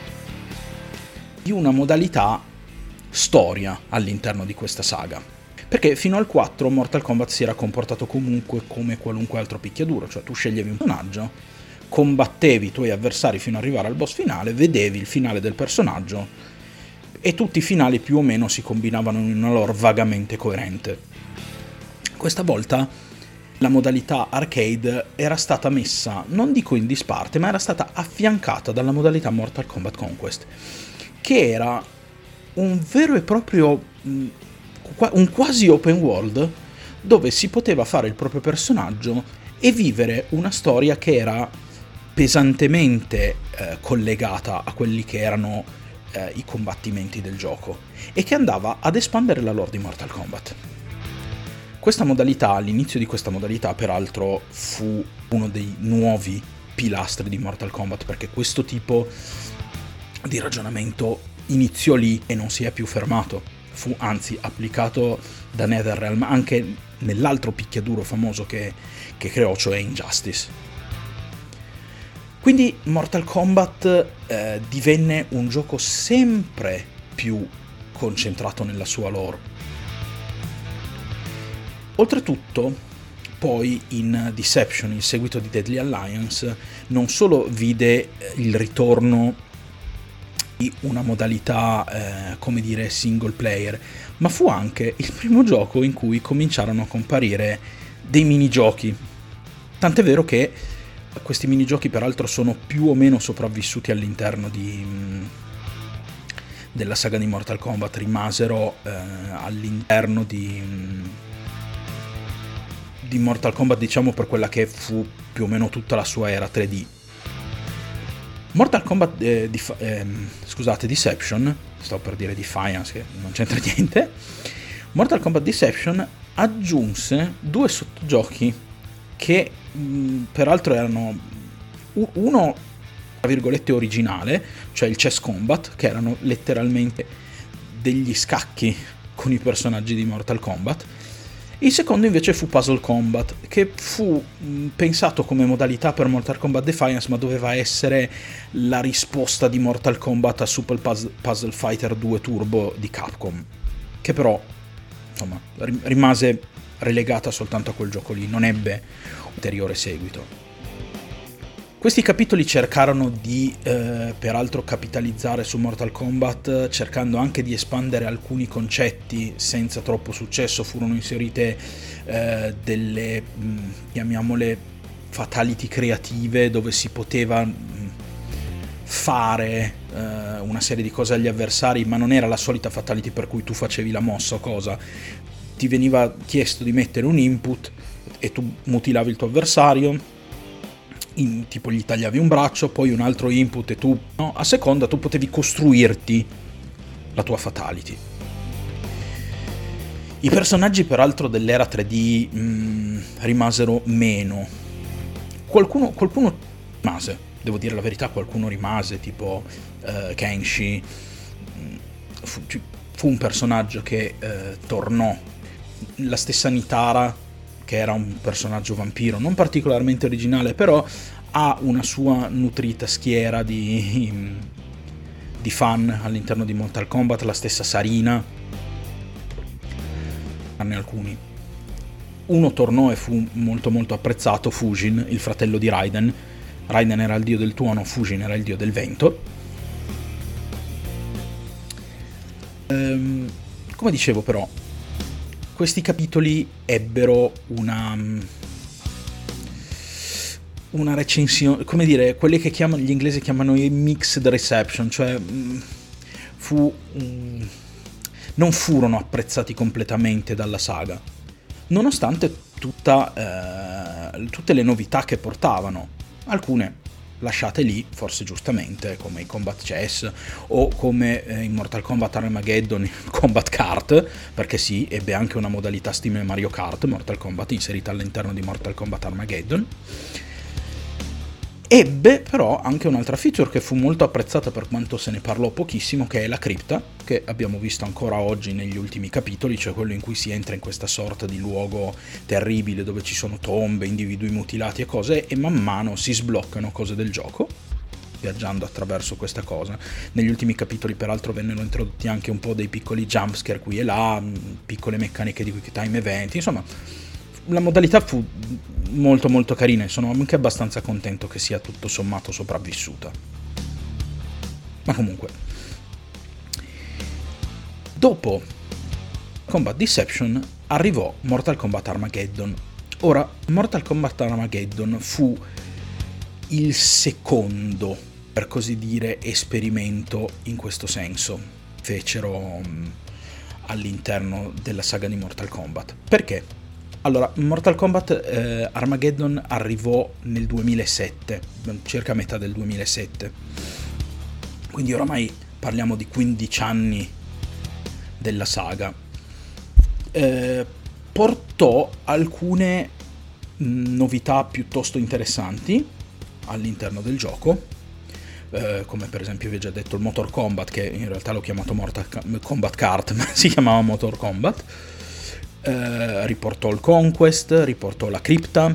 di una modalità storia all'interno di questa saga, perché fino al quattro Mortal Kombat si era comportato comunque come qualunque altro picchiaduro, cioè tu sceglievi un personaggio, combattevi i tuoi avversari fino ad arrivare al boss finale, vedevi il finale del personaggio e tutti i finali più o meno si combinavano in una lore vagamente coerente. Questa volta la modalità arcade era stata messa, non dico in disparte, ma era stata affiancata dalla modalità Mortal Kombat Conquest, che era un vero e proprio, un quasi open world, dove si poteva fare il proprio personaggio e vivere una storia che era pesantemente eh, collegata a quelli che erano eh, i combattimenti del gioco e che andava ad espandere la lore di Mortal Kombat. Questa modalità, all'inizio di questa modalità, peraltro, fu uno dei nuovi pilastri di Mortal Kombat, perché questo tipo di ragionamento iniziò lì e non si è più fermato. Fu anzi applicato da NetherRealm anche nell'altro picchiaduro famoso che, che creò, cioè Injustice. Quindi Mortal Kombat eh, divenne un gioco sempre più concentrato nella sua lore. Oltretutto, poi in Deception, il seguito di Deadly Alliance, non solo vide il ritorno di una modalità, eh, come dire, single player, ma fu anche il primo gioco in cui cominciarono a comparire dei minigiochi. Tant'è vero che questi minigiochi peraltro sono più o meno sopravvissuti all'interno di, della saga di Mortal Kombat, rimasero eh, all'interno di, di Mortal Kombat, diciamo, per quella che fu più o meno tutta la sua era tre D. Mortal Kombat, eh, dif- eh, scusate, Deception, sto per dire Defiance che non c'entra niente, Mortal Kombat Deception aggiunse due sottogiochi che mh, peraltro erano uno, tra virgolette, originale, cioè il Chess Combat, che erano letteralmente degli scacchi con i personaggi di Mortal Kombat. Il secondo invece fu Puzzle Combat, che fu mh, pensato come modalità per Mortal Kombat Defiance, ma doveva essere la risposta di Mortal Kombat a Super Puzzle, Puzzle Fighter due Turbo di Capcom, che però insomma rimase relegata soltanto a quel gioco lì, non ebbe ulteriore seguito. Questi capitoli cercarono di eh, peraltro capitalizzare su Mortal Kombat, cercando anche di espandere alcuni concetti. Senza troppo successo furono inserite eh, delle, mh, chiamiamole, fatality creative, dove si poteva mh, fare eh, una serie di cose agli avversari, ma non era la solita fatality per cui tu facevi la mossa o cosa. Ti veniva chiesto di mettere un input e tu mutilavi il tuo avversario, in, tipo gli tagliavi un braccio, poi un altro input e tu, no? A seconda tu potevi costruirti la tua fatality. I personaggi peraltro dell'era tre D mh, rimasero meno. Qualcuno, qualcuno rimase, devo dire la verità, qualcuno rimase, tipo uh, Kenshi. Fu, fu un personaggio che uh, tornò. La stessa Nitara, che era un personaggio vampiro non particolarmente originale, però ha una sua nutrita schiera di, di fan all'interno di Mortal Kombat. La stessa Sarina, ne alcuni. Uno tornò e fu molto molto apprezzato, Fujin, il fratello di Raiden. Raiden era il dio del tuono, Fujin era il dio del vento. Ehm, come dicevo però, questi capitoli ebbero una una recensione, come dire, quelli che chiamano, gli inglesi chiamano i mixed reception, cioè fu non furono apprezzati completamente dalla saga, nonostante tutta, eh, tutte le novità che portavano, alcune lasciate lì, forse giustamente, come i Combat Chess o come eh, in Mortal Kombat Armageddon il Combat Kart, perché sì, ebbe anche una modalità stile Mario Kart, Mortal Kombat, inserita all'interno di Mortal Kombat Armageddon. Ebbe però anche un'altra feature che fu molto apprezzata per quanto se ne parlò pochissimo, che è la cripta, che abbiamo visto ancora oggi negli ultimi capitoli, cioè quello in cui si entra in questa sorta di luogo terribile dove ci sono tombe, individui mutilati e cose, e man mano si sbloccano cose del gioco, viaggiando attraverso questa cosa. Negli ultimi capitoli peraltro vennero introdotti anche un po' dei piccoli jumpscare qui e là, piccole meccaniche di quick time event, insomma la modalità fu molto molto carina e sono anche abbastanza contento che sia tutto sommato sopravvissuta. Ma comunque, dopo Combat Deception arrivò Mortal Kombat Armageddon. Ora, Mortal Kombat Armageddon fu il secondo, per così dire, esperimento in questo senso fecero all'interno della saga di Mortal Kombat. Perché? Allora, Mortal Kombat eh, Armageddon arrivò nel duemilasette, circa a metà del duemilasette, quindi oramai parliamo di quindici anni della saga. Eh, portò alcune mh, novità piuttosto interessanti all'interno del gioco, eh, come per esempio vi ho già detto il Motor Combat, che in realtà l'ho chiamato Mortal Kombat Kart, ma si chiamava Motor Combat. Uh, riportò il Conquest, riportò la cripta,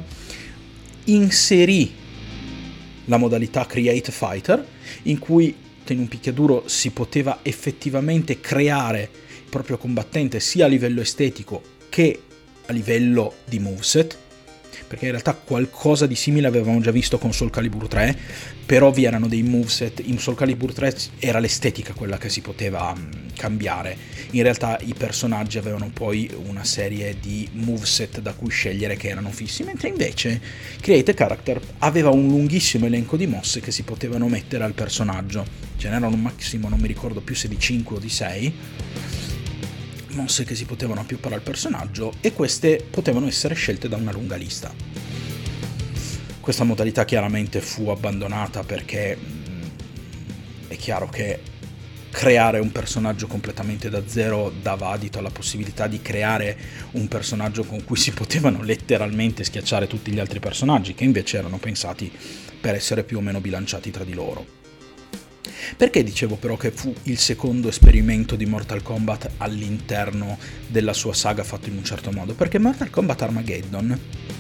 inserì la modalità Create Fighter, in cui in un picchiaduro si poteva effettivamente creare il proprio combattente sia a livello estetico che a livello di moveset, perché in realtà qualcosa di simile avevamo già visto con Soul Calibur tre, però vi erano dei moveset. In Soul Calibur tre era l'estetica quella che si poteva um, cambiare, in realtà i personaggi avevano poi una serie di moveset da cui scegliere che erano fissi, mentre invece Create a Character aveva un lunghissimo elenco di mosse che si potevano mettere al personaggio, ce n'erano un massimo, non mi ricordo più se di cinque o di sei mosse che si potevano appioppare al personaggio, e queste potevano essere scelte da una lunga lista. Questa modalità chiaramente fu abbandonata perché mh, è chiaro che creare un personaggio completamente da zero dava adito alla possibilità di creare un personaggio con cui si potevano letteralmente schiacciare tutti gli altri personaggi, che invece erano pensati per essere più o meno bilanciati tra di loro. Perché dicevo però che fu il secondo esperimento di Mortal Kombat all'interno della sua saga fatto in un certo modo? Perché Mortal Kombat Armageddon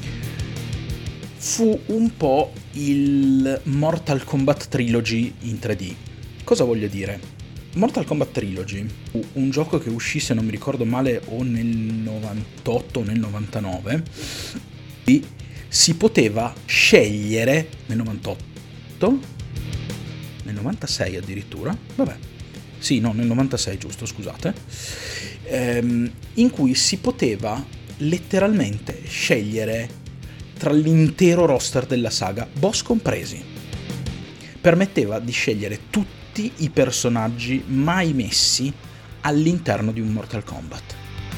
fu un po' il Mortal Kombat Trilogy in tre D. Cosa voglio dire? Mortal Kombat Trilogy fu un gioco che uscì, se non mi ricordo male, o nel novantotto o nel novantanove, e si poteva scegliere nel novantotto, nel novantasei addirittura, vabbè, sì, no, nel novantasei, giusto, scusate, ehm, in cui si poteva letteralmente scegliere tra l'intero roster della saga, boss compresi. Permetteva di scegliere tutti i personaggi mai messi all'interno di un Mortal Kombat.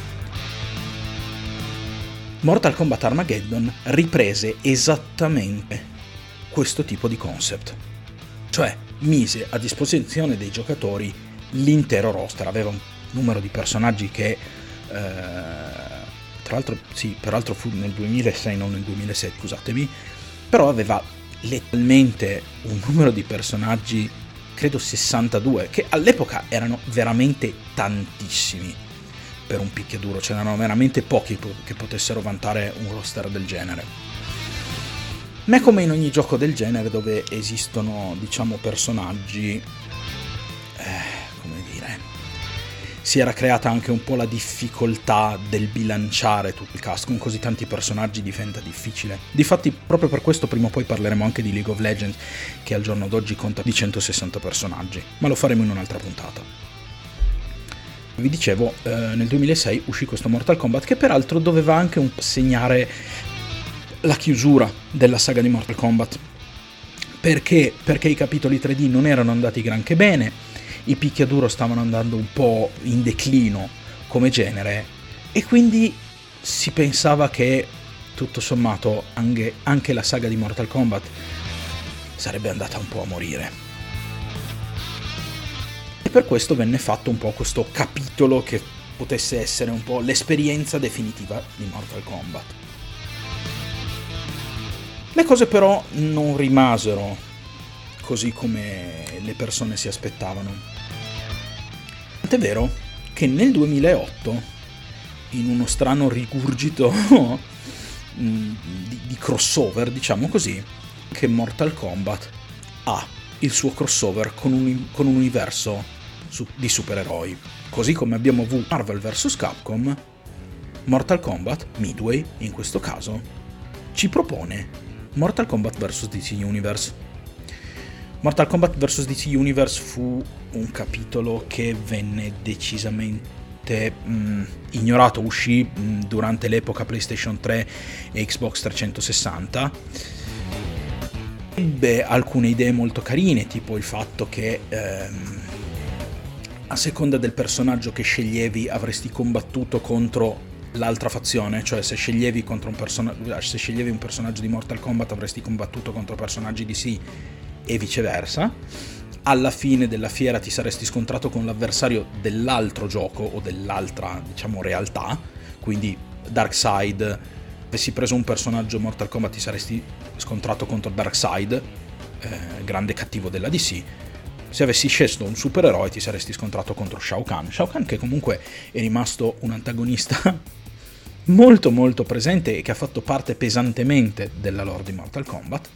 Mortal Kombat Armageddon riprese esattamente questo tipo di concept, cioè mise a disposizione dei giocatori l'intero roster, aveva un numero di personaggi che eh, tra l'altro sì, peraltro fu nel duemilasei, non nel duemilasette, scusatemi, però aveva letteralmente un numero di personaggi, credo sessantadue, che all'epoca erano veramente tantissimi per un picchiaduro, ce n'erano veramente pochi che potessero vantare un roster del genere. Ma è come in ogni gioco del genere dove esistono, diciamo, personaggi, eh, come dire, si era creata anche un po' la difficoltà del bilanciare tutto il cast, con così tanti personaggi diventa difficile. Difatti proprio per questo prima o poi parleremo anche di League of Legends, che al giorno d'oggi conta di centosessanta personaggi, ma lo faremo in un'altra puntata. Vi dicevo, eh, nel duemilasei uscì questo Mortal Kombat, che peraltro doveva anche un po' segnare la chiusura della saga di Mortal Kombat. Perché? Perché i capitoli tre D non erano andati granché bene, i picchiaduro stavano andando un po' in declino come genere, e quindi si pensava che tutto sommato anche, anche la saga di Mortal Kombat sarebbe andata un po' a morire. E per questo venne fatto un po' questo capitolo che potesse essere un po' l'esperienza definitiva di Mortal Kombat. Le cose però non rimasero così come le persone si aspettavano. Tant'è vero che nel duemilaotto, in uno strano rigurgito di, di crossover, diciamo così, che Mortal Kombat ha il suo crossover con un, con un universo su, di supereroi. Così come abbiamo avuto Marvel versus. Capcom, Mortal Kombat, Midway in questo caso, ci propone Mortal Kombat versus. D C Universe. Mortal Kombat versus. D C Universe fu un capitolo che venne decisamente mh, ignorato, uscì mh, durante l'epoca PlayStation tre e Xbox trecentosessanta. Ebbe alcune idee molto carine, tipo il fatto che ehm, a seconda del personaggio che sceglievi avresti combattuto contro l'altra fazione, cioè se sceglievi, contro un person- se sceglievi un personaggio di Mortal Kombat avresti combattuto contro personaggi D C e viceversa. Alla fine della fiera ti saresti scontrato con l'avversario dell'altro gioco o dell'altra, diciamo, realtà, quindi Darkseid. Avessi preso un personaggio Mortal Kombat ti saresti scontrato contro Darkseid, eh, grande cattivo della D C. Se avessi scelto un supereroe ti saresti scontrato contro Shao Kahn. Shao Kahn che comunque è rimasto un antagonista molto molto presente e che ha fatto parte pesantemente della lore di Mortal Kombat.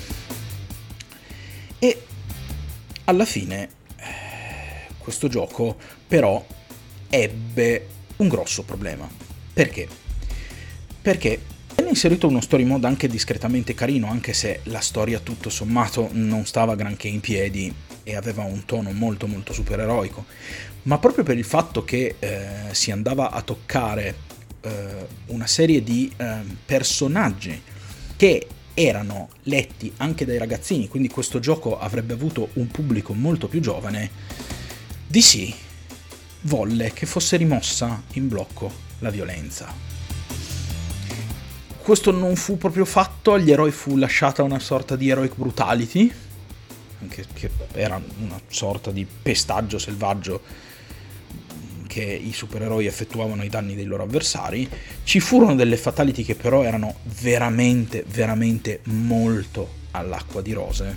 E alla fine questo gioco però ebbe un grosso problema. Perché? Perché venne inserito uno story mode anche discretamente carino, anche se la storia tutto sommato non stava granché in piedi e aveva un tono molto molto supereroico, ma proprio per il fatto che eh, si andava a toccare eh, una serie di eh, personaggi che erano letti anche dai ragazzini, quindi questo gioco avrebbe avuto un pubblico molto più giovane, D C volle che fosse rimossa in blocco la violenza. Questo non fu proprio fatto, agli eroi fu lasciata una sorta di heroic brutality, anche che era una sorta di pestaggio selvaggio che i supereroi effettuavano ai danni dei loro avversari. Ci furono delle fatality che però erano veramente, veramente molto all'acqua di rose.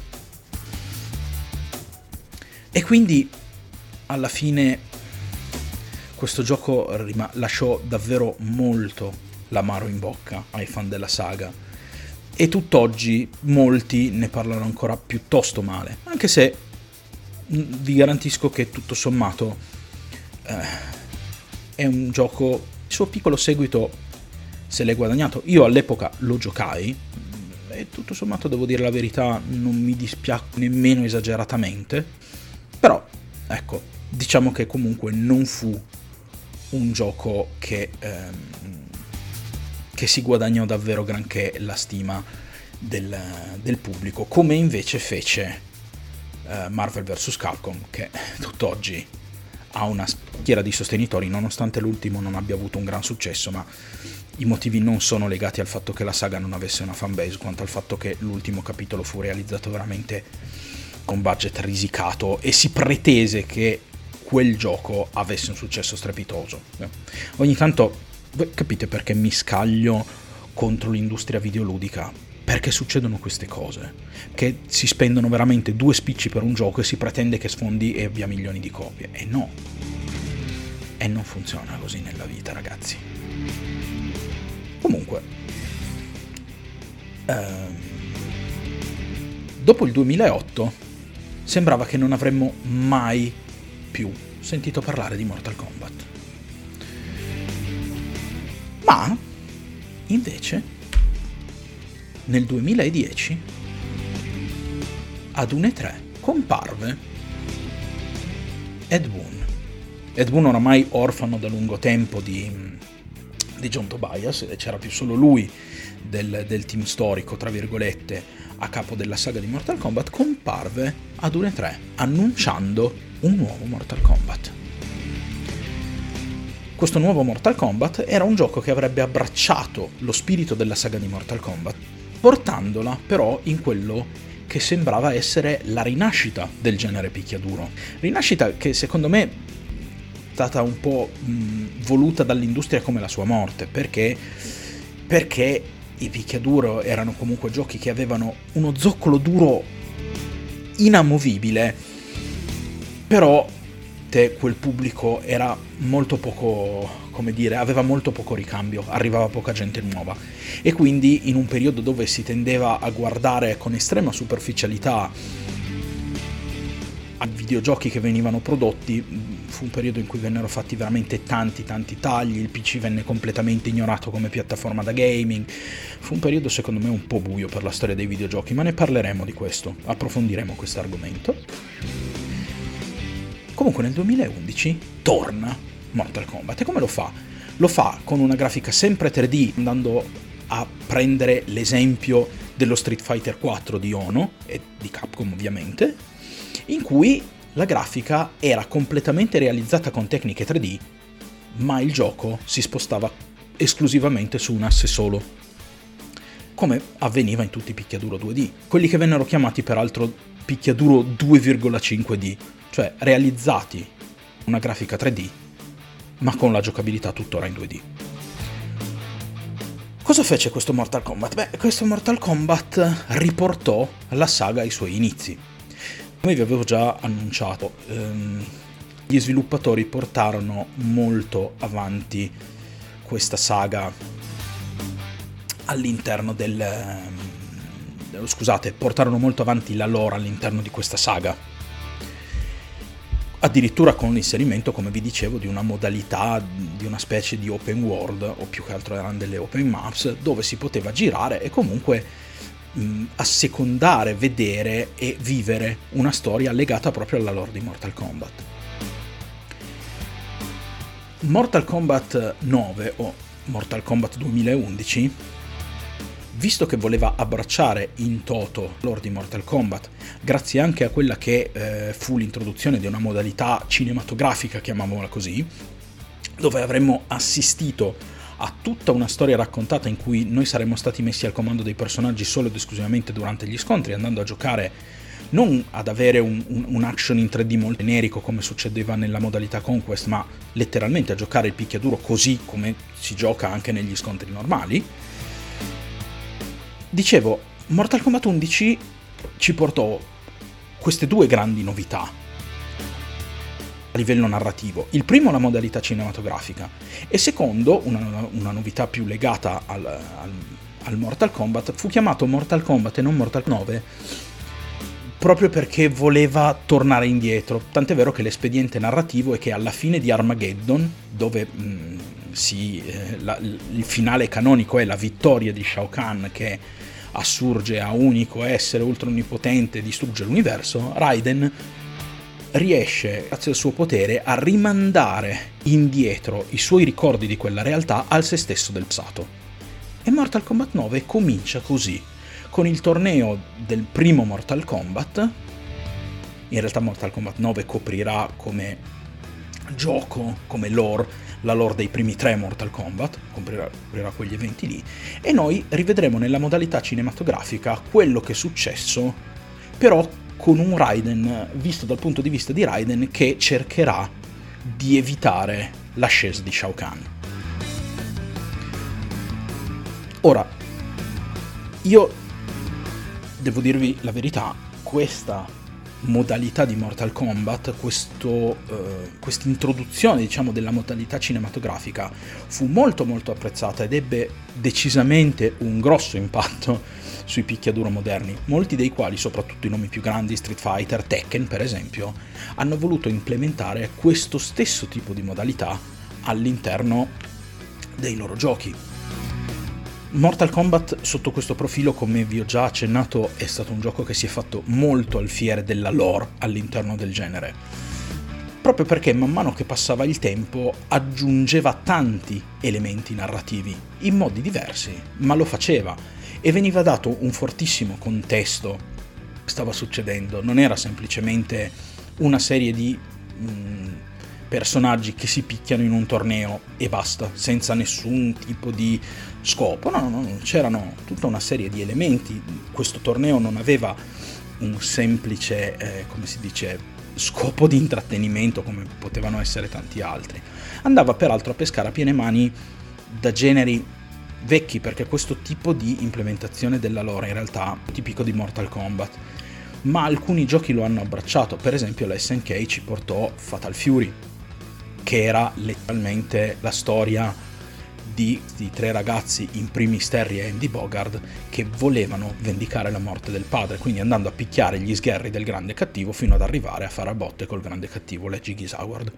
E quindi alla fine questo gioco rima- lasciò davvero molto l'amaro in bocca ai fan della saga, e tutt'oggi molti ne parlano ancora piuttosto male, anche se vi garantisco che tutto sommato eh, è un gioco, il suo piccolo seguito se l'è guadagnato. Io all'epoca lo giocai e tutto sommato, devo dire la verità, non mi dispiacque nemmeno esageratamente, però ecco, diciamo che comunque non fu un gioco che ehm, che si guadagnò davvero granché la stima del, del pubblico, come invece fece uh, Marvel versus. Capcom, che tutt'oggi ha una schiera di sostenitori, nonostante l'ultimo non abbia avuto un gran successo, ma i motivi non sono legati al fatto che la saga non avesse una fanbase, quanto al fatto che l'ultimo capitolo fu realizzato veramente con budget risicato e si pretese che quel gioco avesse un successo strepitoso. Ogni tanto voi capite perché mi scaglio contro l'industria videoludica? Perché succedono queste cose, che si spendono veramente due spicci per un gioco e si pretende che sfondi e abbia milioni di copie, e no, e non funziona così nella vita, ragazzi. Comunque ehm, dopo il duemilaotto sembrava che non avremmo mai più sentito parlare di Mortal Kombat. Ma invece nel duemiladieci ad un E tre comparve Ed Boon, Ed Boon oramai orfano da lungo tempo di, di John Tobias, e c'era più solo lui del, del team storico, tra virgolette, a capo della saga di Mortal Kombat, comparve a Dune tre annunciando un nuovo Mortal Kombat. Questo nuovo Mortal Kombat era un gioco che avrebbe abbracciato lo spirito della saga di Mortal Kombat, portandola però in quello che sembrava essere la rinascita del genere picchiaduro. Rinascita che secondo me è stata un po' mh, voluta dall'industria come la sua morte, perché, perché i picchiaduro erano comunque giochi che avevano uno zoccolo duro inamovibile, però quel pubblico era molto poco, come dire, aveva molto poco ricambio, arrivava poca gente nuova, e quindi in un periodo dove si tendeva a guardare con estrema superficialità a videogiochi che venivano prodotti, fu un periodo in cui vennero fatti veramente tanti tanti tagli, il P C venne completamente ignorato come piattaforma da gaming, fu un periodo secondo me un po' buio per la storia dei videogiochi, ma ne parleremo di questo, approfondiremo questo argomento. Comunque nel duemilaundici torna Mortal Kombat, e come lo fa? Lo fa con una grafica sempre tre D, andando a prendere l'esempio dello Street Fighter quattro di Ono, e di Capcom ovviamente, in cui la grafica era completamente realizzata con tecniche tre D, ma il gioco si spostava esclusivamente su un asse solo, come avveniva in tutti i picchiaduro due D, quelli che vennero chiamati peraltro picchiaduro due virgola cinque D, cioè realizzati una grafica tre D, ma con la giocabilità tuttora in due D. Cosa fece questo Mortal Kombat? Beh, questo Mortal Kombat riportò la saga ai suoi inizi. Come vi avevo già annunciato, ehm, gli sviluppatori portarono molto avanti questa saga all'interno del... Ehm, scusate, portarono molto avanti la lore all'interno di questa saga, addirittura con l'inserimento, come vi dicevo, di una modalità, di una specie di open world, o più che altro erano delle open maps, dove si poteva girare e comunque mh, assecondare, vedere e vivere una storia legata proprio alla lore di Mortal Kombat. Mortal Kombat nove, o Mortal Kombat duemilaundici, visto che voleva abbracciare in toto lore di Mortal Kombat, grazie anche a quella che eh, fu l'introduzione di una modalità cinematografica, chiamiamola così, dove avremmo assistito a tutta una storia raccontata in cui noi saremmo stati messi al comando dei personaggi solo ed esclusivamente durante gli scontri, andando a giocare non ad avere un, un, un action in tre D molto generico come succedeva nella modalità Conquest, ma letteralmente a giocare il picchiaduro così come si gioca anche negli scontri normali. Dicevo, Mortal Kombat undici ci portò queste due grandi novità a livello narrativo. Il primo, la modalità cinematografica, e secondo, una, una novità più legata al, al, al Mortal Kombat, fu chiamato Mortal Kombat e non Mortal nove proprio perché voleva tornare indietro, tant'è vero che l'espediente narrativo è che alla fine di Armageddon, dove mh, si, eh, la, il finale canonico è la vittoria di Shao Kahn che assurge a unico essere ultra onnipotente e distrugge l'universo, Raiden riesce, grazie al suo potere, a rimandare indietro i suoi ricordi di quella realtà al se stesso del passato. E Mortal Kombat nove comincia così, con il torneo del primo Mortal Kombat. In realtà Mortal Kombat nove coprirà come gioco, come lore, la lore dei primi tre Mortal Kombat, coprirà, coprirà quegli eventi lì, e noi rivedremo nella modalità cinematografica quello che è successo, però con un Raiden, visto dal punto di vista di Raiden, che cercherà di evitare l'ascesa di Shao Kahn. Ora, io devo dirvi la verità, questa modalità di Mortal Kombat, questo, eh, questa introduzione, diciamo, della modalità cinematografica fu molto molto apprezzata ed ebbe decisamente un grosso impatto sui picchiaduro moderni, molti dei quali, soprattutto i nomi più grandi, Street Fighter, Tekken per esempio, hanno voluto implementare questo stesso tipo di modalità all'interno dei loro giochi. Mortal Kombat sotto questo profilo, come vi ho già accennato, è stato un gioco che si è fatto molto alfiere della lore all'interno del genere. proprio perché man mano che passava il tempo aggiungeva tanti elementi narrativi, in modi diversi, ma lo faceva, e veniva dato un fortissimo contesto che stava succedendo. Non era semplicemente una serie di mh, personaggi che si picchiano in un torneo e basta, senza nessun tipo di scopo. No, no, no, c'erano tutta una serie di elementi. Questo torneo non aveva un semplice, eh, come si dice, scopo di intrattenimento come potevano essere tanti altri. Andava peraltro a pescare a piene mani da generi vecchi, perché questo tipo di implementazione della lore in realtà è tipico di Mortal Kombat, ma alcuni giochi lo hanno abbracciato. Per esempio la S N K ci portò Fatal Fury, che era letteralmente la storia di, di tre ragazzi, in primis Terry e Andy Bogard, che volevano vendicare la morte del padre, quindi andando a picchiare gli sgherri del grande cattivo fino ad arrivare a fare a botte col grande cattivo Leggy Howard.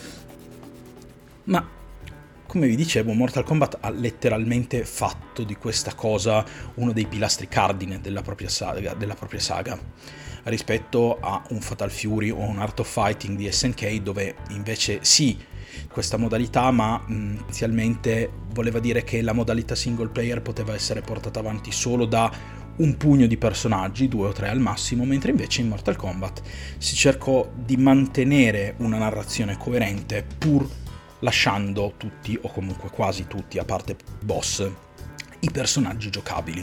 Ma come vi dicevo, Mortal Kombat ha letteralmente fatto di questa cosa uno dei pilastri cardine della propria saga, della propria saga, rispetto a un Fatal Fury o un Art of Fighting di S N K, dove invece sì, questa modalità, ma mh, inizialmente voleva dire che la modalità single player poteva essere portata avanti solo da un pugno di personaggi, due o tre al massimo, mentre invece in Mortal Kombat si cercò di mantenere una narrazione coerente pur lasciando tutti, o comunque quasi tutti, a parte boss, i personaggi giocabili.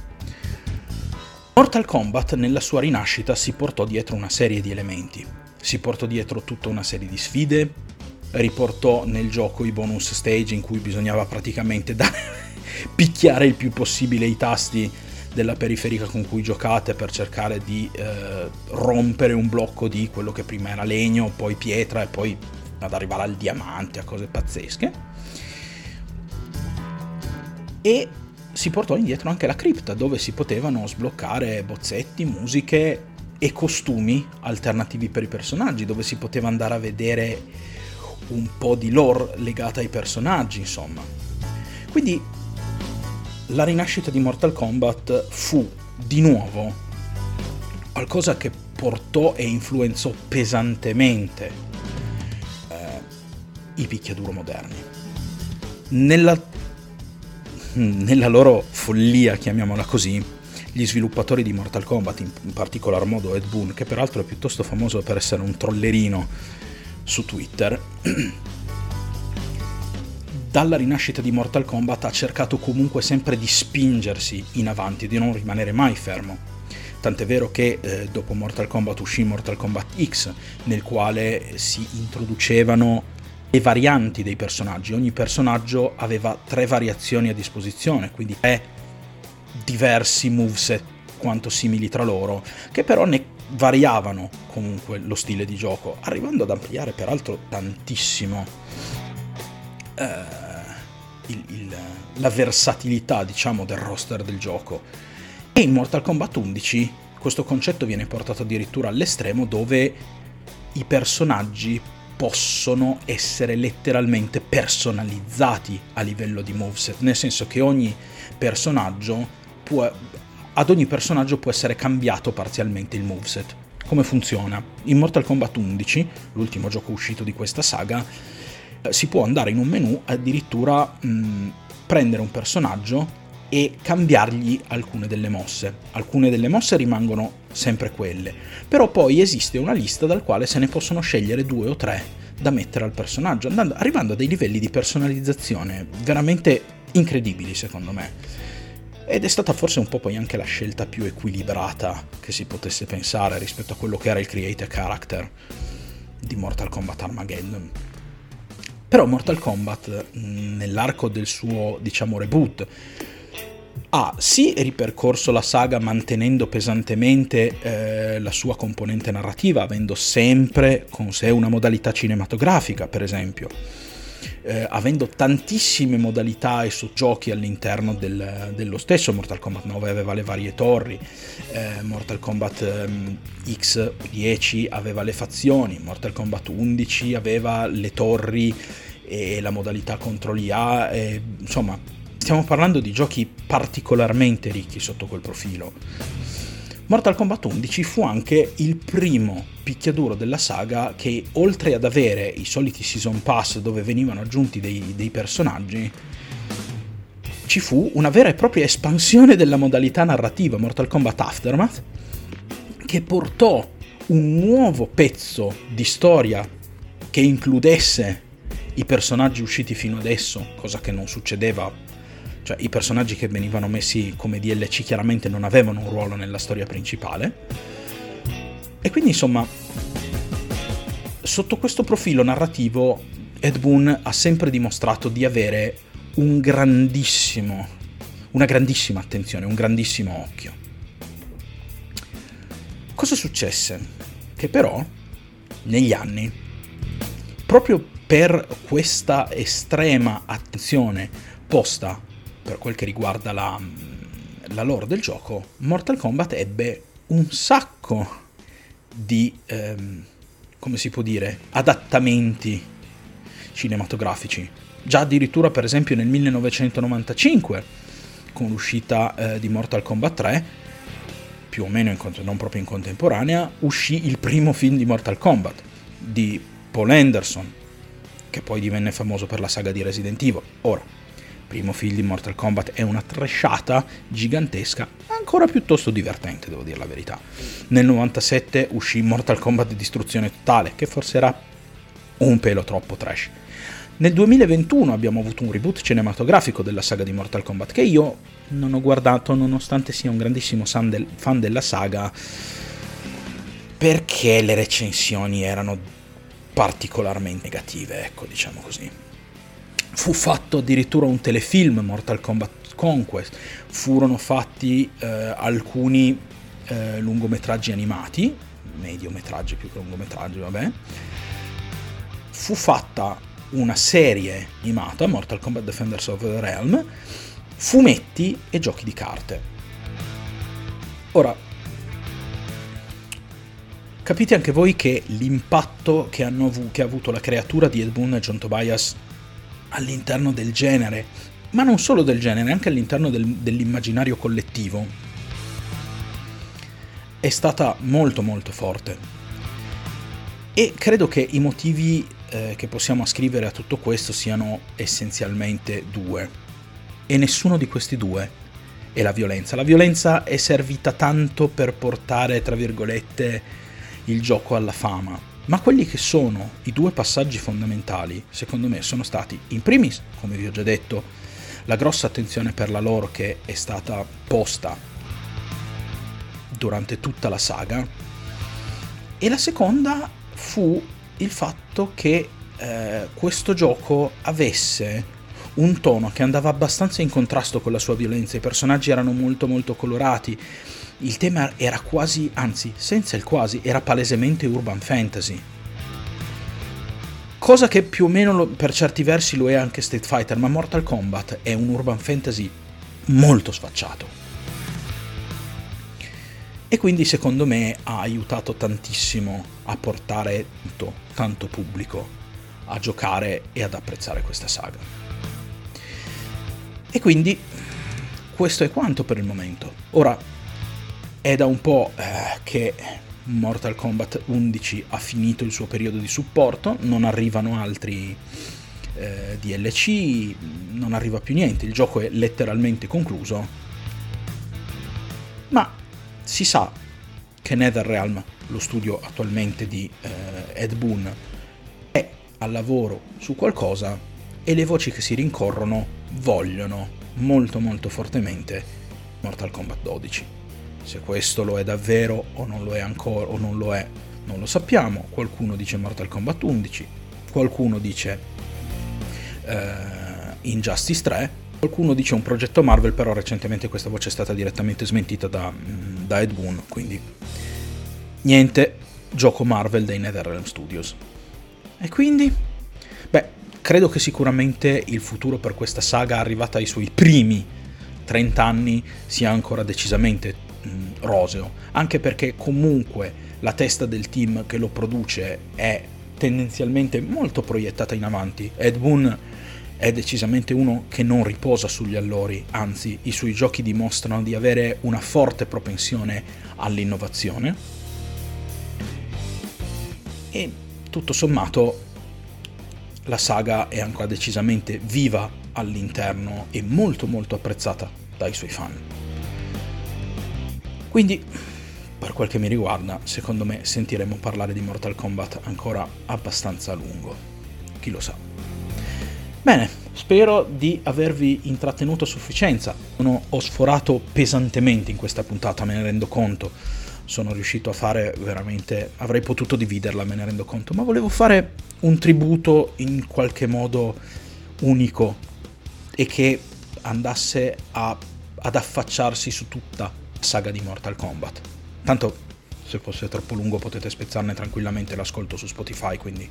Mortal Kombat nella sua rinascita si portò dietro una serie di elementi, si portò dietro tutta una serie di sfide, riportò nel gioco i bonus stage in cui bisognava praticamente dare, picchiare il più possibile i tasti della periferica con cui giocate per cercare di eh, rompere un blocco di quello che prima era legno, poi pietra e poi ad arrivare al diamante, a cose pazzesche. E si portò indietro anche la cripta, dove si potevano sbloccare bozzetti, musiche e costumi alternativi per i personaggi, dove si poteva andare a vedere un po' di lore legata ai personaggi, insomma. Quindi la rinascita di Mortal Kombat fu di nuovo qualcosa che portò e influenzò pesantemente eh, i picchiaduro moderni. Nella, nella loro follia, chiamiamola così, gli sviluppatori di Mortal Kombat, in, in particolar modo Ed Boon, che peraltro è piuttosto famoso per essere un trollerino su Twitter, dalla rinascita di Mortal Kombat ha cercato comunque sempre di spingersi in avanti, di non rimanere mai fermo. Tant'è vero che eh, dopo Mortal Kombat uscì Mortal Kombat X, nel quale si introducevano le varianti dei personaggi. Ogni personaggio aveva tre variazioni a disposizione, quindi tre diversi moveset quanto simili tra loro, che però ne variavano comunque lo stile di gioco, arrivando ad ampliare peraltro tantissimo eh, il, il, la versatilità, diciamo, del roster del gioco. E in Mortal Kombat undici questo concetto viene portato addirittura all'estremo, dove i personaggi possono essere letteralmente personalizzati a livello di moveset, nel senso che ogni personaggio può ad ogni personaggio può essere cambiato parzialmente il moveset. Come funziona? In Mortal Kombat undici, l'ultimo gioco uscito di questa saga, eh, si può andare in un menu addirittura mh, prendere un personaggio e cambiargli alcune delle mosse. Alcune delle mosse rimangono sempre quelle, però poi esiste una lista dal quale se ne possono scegliere due o tre da mettere al personaggio, andando, arrivando a dei livelli di personalizzazione veramente incredibili, secondo me. Ed è stata forse un po' poi anche la scelta più equilibrata che si potesse pensare rispetto a quello che era il create a character di Mortal Kombat Armageddon. Però Mortal Kombat, nell'arco del suo, diciamo, reboot, ha sì ripercorso la saga mantenendo pesantemente eh, la sua componente narrativa, avendo sempre con sé una modalità cinematografica, per esempio, Eh, avendo tantissime modalità e soggiochi all'interno del, dello stesso. Mortal Kombat nove aveva le varie torri, eh, Mortal Kombat ehm, X dieci aveva le fazioni, Mortal Kombat undici aveva le torri e la modalità contro l'I A, e, insomma stiamo parlando di giochi particolarmente ricchi sotto quel profilo. Mortal Kombat undici fu anche il primo picchiaduro della saga che, oltre ad avere i soliti season pass dove venivano aggiunti dei, dei personaggi, ci fu una vera e propria espansione della modalità narrativa, Mortal Kombat Aftermath, che portò un nuovo pezzo di storia che includesse i personaggi usciti fino adesso, cosa che non succedeva. Cioè, i personaggi che venivano messi come D L C chiaramente non avevano un ruolo nella storia principale. E quindi, insomma, sotto questo profilo narrativo Ed Boon ha sempre dimostrato di avere un grandissimo, una grandissima attenzione, un grandissimo occhio. Cosa successe? Che però, negli anni, proprio per questa estrema attenzione posta per quel che riguarda la, la lore del gioco, Mortal Kombat ebbe un sacco di, ehm, come si può dire, adattamenti cinematografici. Già addirittura, per esempio, nel millenovecentonovantacinque, con l'uscita eh, di Mortal Kombat tre, più o meno in, non proprio in contemporanea, uscì il primo film di Mortal Kombat di Paul Anderson, che poi divenne famoso per la saga di Resident Evil. Ora, il primo film di Mortal Kombat è una trashata gigantesca, ancora piuttosto divertente, devo dire la verità. Nel novantasette uscì Mortal Kombat Distruzione Totale, che forse era un pelo troppo trash. Nel duemilaventuno abbiamo avuto un reboot cinematografico della saga di Mortal Kombat, che io non ho guardato, nonostante sia un grandissimo fan, del, fan della saga, perché le recensioni erano particolarmente negative, ecco, diciamo così. Fu fatto addirittura un telefilm, Mortal Kombat Conquest, furono fatti eh, alcuni eh, lungometraggi animati, mediometraggi più che lungometraggi, vabbè. Fu fatta una serie animata, Mortal Kombat Defenders of the Realm, fumetti e giochi di carte. Ora, capite anche voi che l'impatto che, hanno avu- che ha avuto la creatura di Ed Boon e John Tobias all'interno del genere, ma non solo del genere, anche all'interno del, dell'immaginario collettivo, è stata molto molto forte. E credo che i motivi eh, che possiamo ascrivere a tutto questo siano essenzialmente due, e nessuno di questi due è la violenza. La violenza è servita tanto per portare, tra virgolette, il gioco alla fama, ma quelli che sono i due passaggi fondamentali, secondo me, sono stati, in primis, come vi ho già detto, la grossa attenzione per la lore che è stata posta durante tutta la saga, e la seconda fu il fatto che eh, questo gioco avesse un tono che andava abbastanza in contrasto con la sua violenza. I personaggi erano molto molto colorati, il tema era quasi, anzi senza il quasi, era palesemente urban fantasy, cosa che più o meno lo, per certi versi lo è anche Street Fighter, ma Mortal Kombat è un urban fantasy molto sfacciato, e quindi secondo me ha aiutato tantissimo a portare tanto, tanto pubblico a giocare e ad apprezzare questa saga. E quindi questo è quanto per il momento. Ora, è da un po' eh, che Mortal Kombat undici ha finito il suo periodo di supporto, non arrivano altri eh, D L C, non arriva più niente, il gioco è letteralmente concluso, ma si sa che NetherRealm, lo studio attualmente di eh, Ed Boon, è al lavoro su qualcosa, e le voci che si rincorrono vogliono molto molto fortemente Mortal Kombat dodici. Se questo lo è davvero o non lo è ancora, o non lo è, non lo sappiamo. Qualcuno dice Mortal Kombat undici, qualcuno dice eh, Injustice tre, qualcuno dice un progetto Marvel, però recentemente questa voce è stata direttamente smentita da, da Ed Boon, quindi niente gioco Marvel dei NetherRealm Studios. E quindi, beh, credo che sicuramente il futuro per questa saga, arrivata ai suoi primi trenta anni, sia ancora decisamente roseo, anche perché comunque la testa del team che lo produce è tendenzialmente molto proiettata in avanti. Ed Boon è decisamente uno che non riposa sugli allori, anzi i suoi giochi dimostrano di avere una forte propensione all'innovazione, e tutto sommato la saga è ancora decisamente viva all'interno e molto molto apprezzata dai suoi fan. Quindi, per quel che mi riguarda, secondo me sentiremo parlare di Mortal Kombat ancora abbastanza a lungo. Chi lo sa. Bene, spero di avervi intrattenuto a sufficienza. Non ho sforato pesantemente in questa puntata, me ne rendo conto. Sono riuscito a fare veramente... avrei potuto dividerla, me ne rendo conto, ma volevo fare un tributo in qualche modo unico e che andasse a, ad affacciarsi su tutta la saga di Mortal Kombat. Tanto, se fosse troppo lungo potete spezzarne tranquillamente l'ascolto su Spotify, quindi...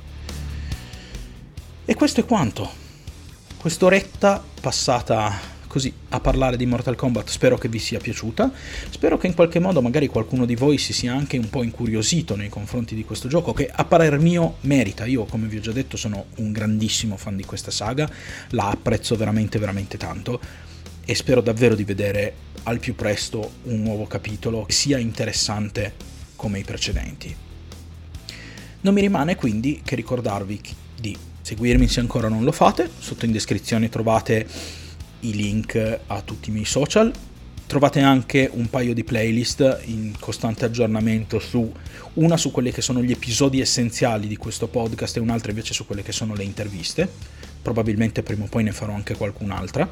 E questo è quanto. Quest'oretta passata così a parlare di Mortal Kombat spero che vi sia piaciuta, spero che in qualche modo magari qualcuno di voi si sia anche un po' incuriosito nei confronti di questo gioco, che a parer mio merita. Io, come vi ho già detto, sono un grandissimo fan di questa saga, la apprezzo veramente veramente tanto e spero davvero di vedere al più presto un nuovo capitolo che sia interessante come i precedenti. Non mi rimane quindi che ricordarvi di seguirmi se ancora non lo fate. Sotto in descrizione trovate i link a tutti i miei social, trovate anche un paio di playlist in costante aggiornamento, su una su quelli che sono gli episodi essenziali di questo podcast e un'altra invece su quelle che sono le interviste. Probabilmente prima o poi ne farò anche qualcun'altra.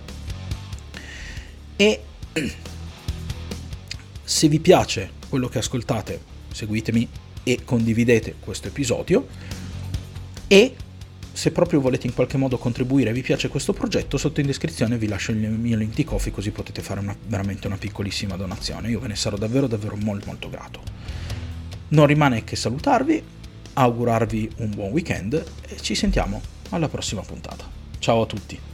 E se vi piace quello che ascoltate, seguitemi e condividete questo episodio, e se proprio volete in qualche modo contribuire e vi piace questo progetto, sotto in descrizione vi lascio il mio link di Ko-fi, così potete fare una, veramente una piccolissima donazione. Io ve ne sarò davvero davvero molto molto grato. Non rimane che salutarvi, augurarvi un buon weekend e ci sentiamo alla prossima puntata. Ciao a tutti.